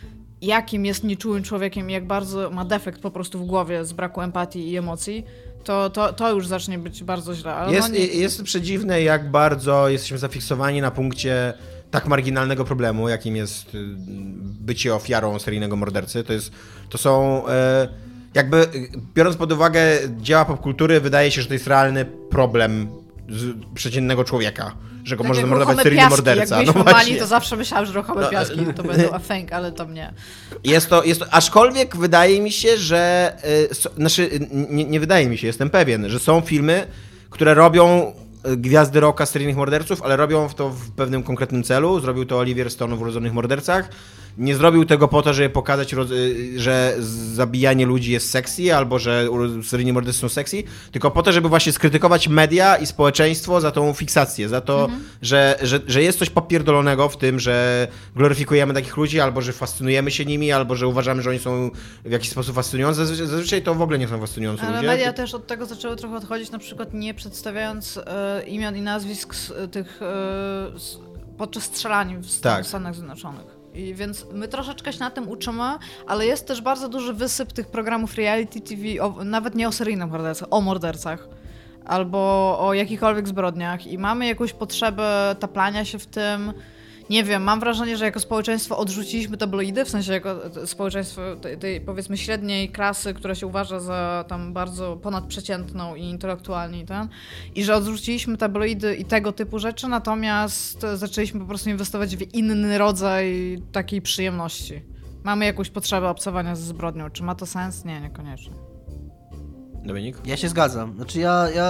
jakim jest nieczułym człowiekiem i jak bardzo ma defekt po prostu w głowie z braku empatii i emocji, to, to, to już zacznie być bardzo źle. Ale Jest, no nie... jest przedziwne, jak bardzo jesteśmy zafiksowani na punkcie tak marginalnego problemu, jakim jest y, bycie ofiarą seryjnego mordercy. To, jest, to są... E, jakby, y, biorąc pod uwagę dzieła popkultury, wydaje się, że to jest realny problem z przeciętnego człowieka, że go Tak można jak zamordować ruchome seryjny piaski. morderca. Jak No byliśmy właśnie. mali, to zawsze myślałam, że ruchome No, piaski to będą a thing, ale to nie. Jest to, jest to, aczkolwiek wydaje mi się, że, y, so, znaczy y, nie, nie wydaje mi się, jestem pewien, że są filmy, które robią y, Gwiazdy Rocka seryjnych morderców, ale robią to w pewnym konkretnym celu. Zrobił to Oliver Stone w Urodzonych Mordercach. Nie zrobił tego po to, żeby pokazać, roz- y, że zabijanie ludzi jest sexy, albo że uro- seryjni mordercy są sexy, tylko po to, żeby właśnie skrytykować media i społeczeństwo za tą fiksację, za to, Mhm. że, że, że jest coś popierdolonego w tym, że gloryfikujemy takich ludzi, albo że fascynujemy się nimi, albo że uważamy, że oni są w jakiś sposób fascynujący. Zazwy- Zazwyczaj to w ogóle nie są fascynujący Ale ludzie. media też od tego zaczęły trochę odchodzić, na przykład nie przedstawiając e, imion i nazwisk z, tych e, z, podczas strzelanin w, Stan- Tak. w Stanach Zjednoczonych. I więc my troszeczkę się na tym uczymy, ale jest też bardzo duży wysyp tych programów reality T V, o, nawet nie o seryjnych mordercach, o mordercach. Albo o jakichkolwiek zbrodniach i mamy jakąś potrzebę taplania się w tym. Nie wiem, mam wrażenie, że jako społeczeństwo odrzuciliśmy tabloidy, w sensie jako społeczeństwo tej, tej powiedzmy średniej klasy, która się uważa za tam bardzo ponadprzeciętną i intelektualnie i ten, i że odrzuciliśmy tabloidy i tego typu rzeczy, natomiast zaczęliśmy po prostu inwestować w inny rodzaj takiej przyjemności. Mamy jakąś potrzebę obcowania ze zbrodnią. Czy ma to sens? Nie, niekoniecznie. Dominik? Ja się zgadzam. Znaczy ja, ja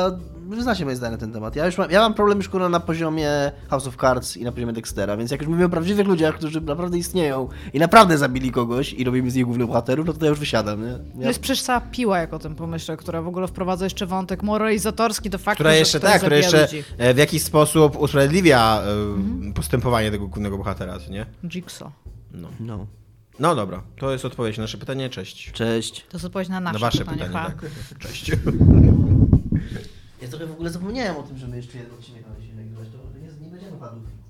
wy znacie moje zdanie na ten temat. Ja już mam, ja mam problem już kurwa na poziomie House of Cards i na poziomie Dextera, więc jak już mówimy o prawdziwych ludziach, którzy naprawdę istnieją i naprawdę zabili kogoś i robimy z nich głównych bohaterów, no to ja już wysiadam, nie? To Ja... jest przecież cała piła, jak o tym pomyślę, która w ogóle wprowadza jeszcze wątek moralizatorski do faktu, Która że jeszcze, ktoś tak, która zabija jeszcze ludzi. e, w jakiś sposób usprawiedliwia e, Mhm. postępowanie tego głównego bohatera, nie? Jigsaw. No. No. no dobra, to jest odpowiedź na nasze pytanie, cześć. Cześć. To jest odpowiedź na nasze Na wasze pytanie, pytanie, ha? tak. Cześć. Ja trochę w ogóle zapomniałem o tym, że my jeszcze jeden odcinek mamy się nagrywać, to nie, nie będziemy padów.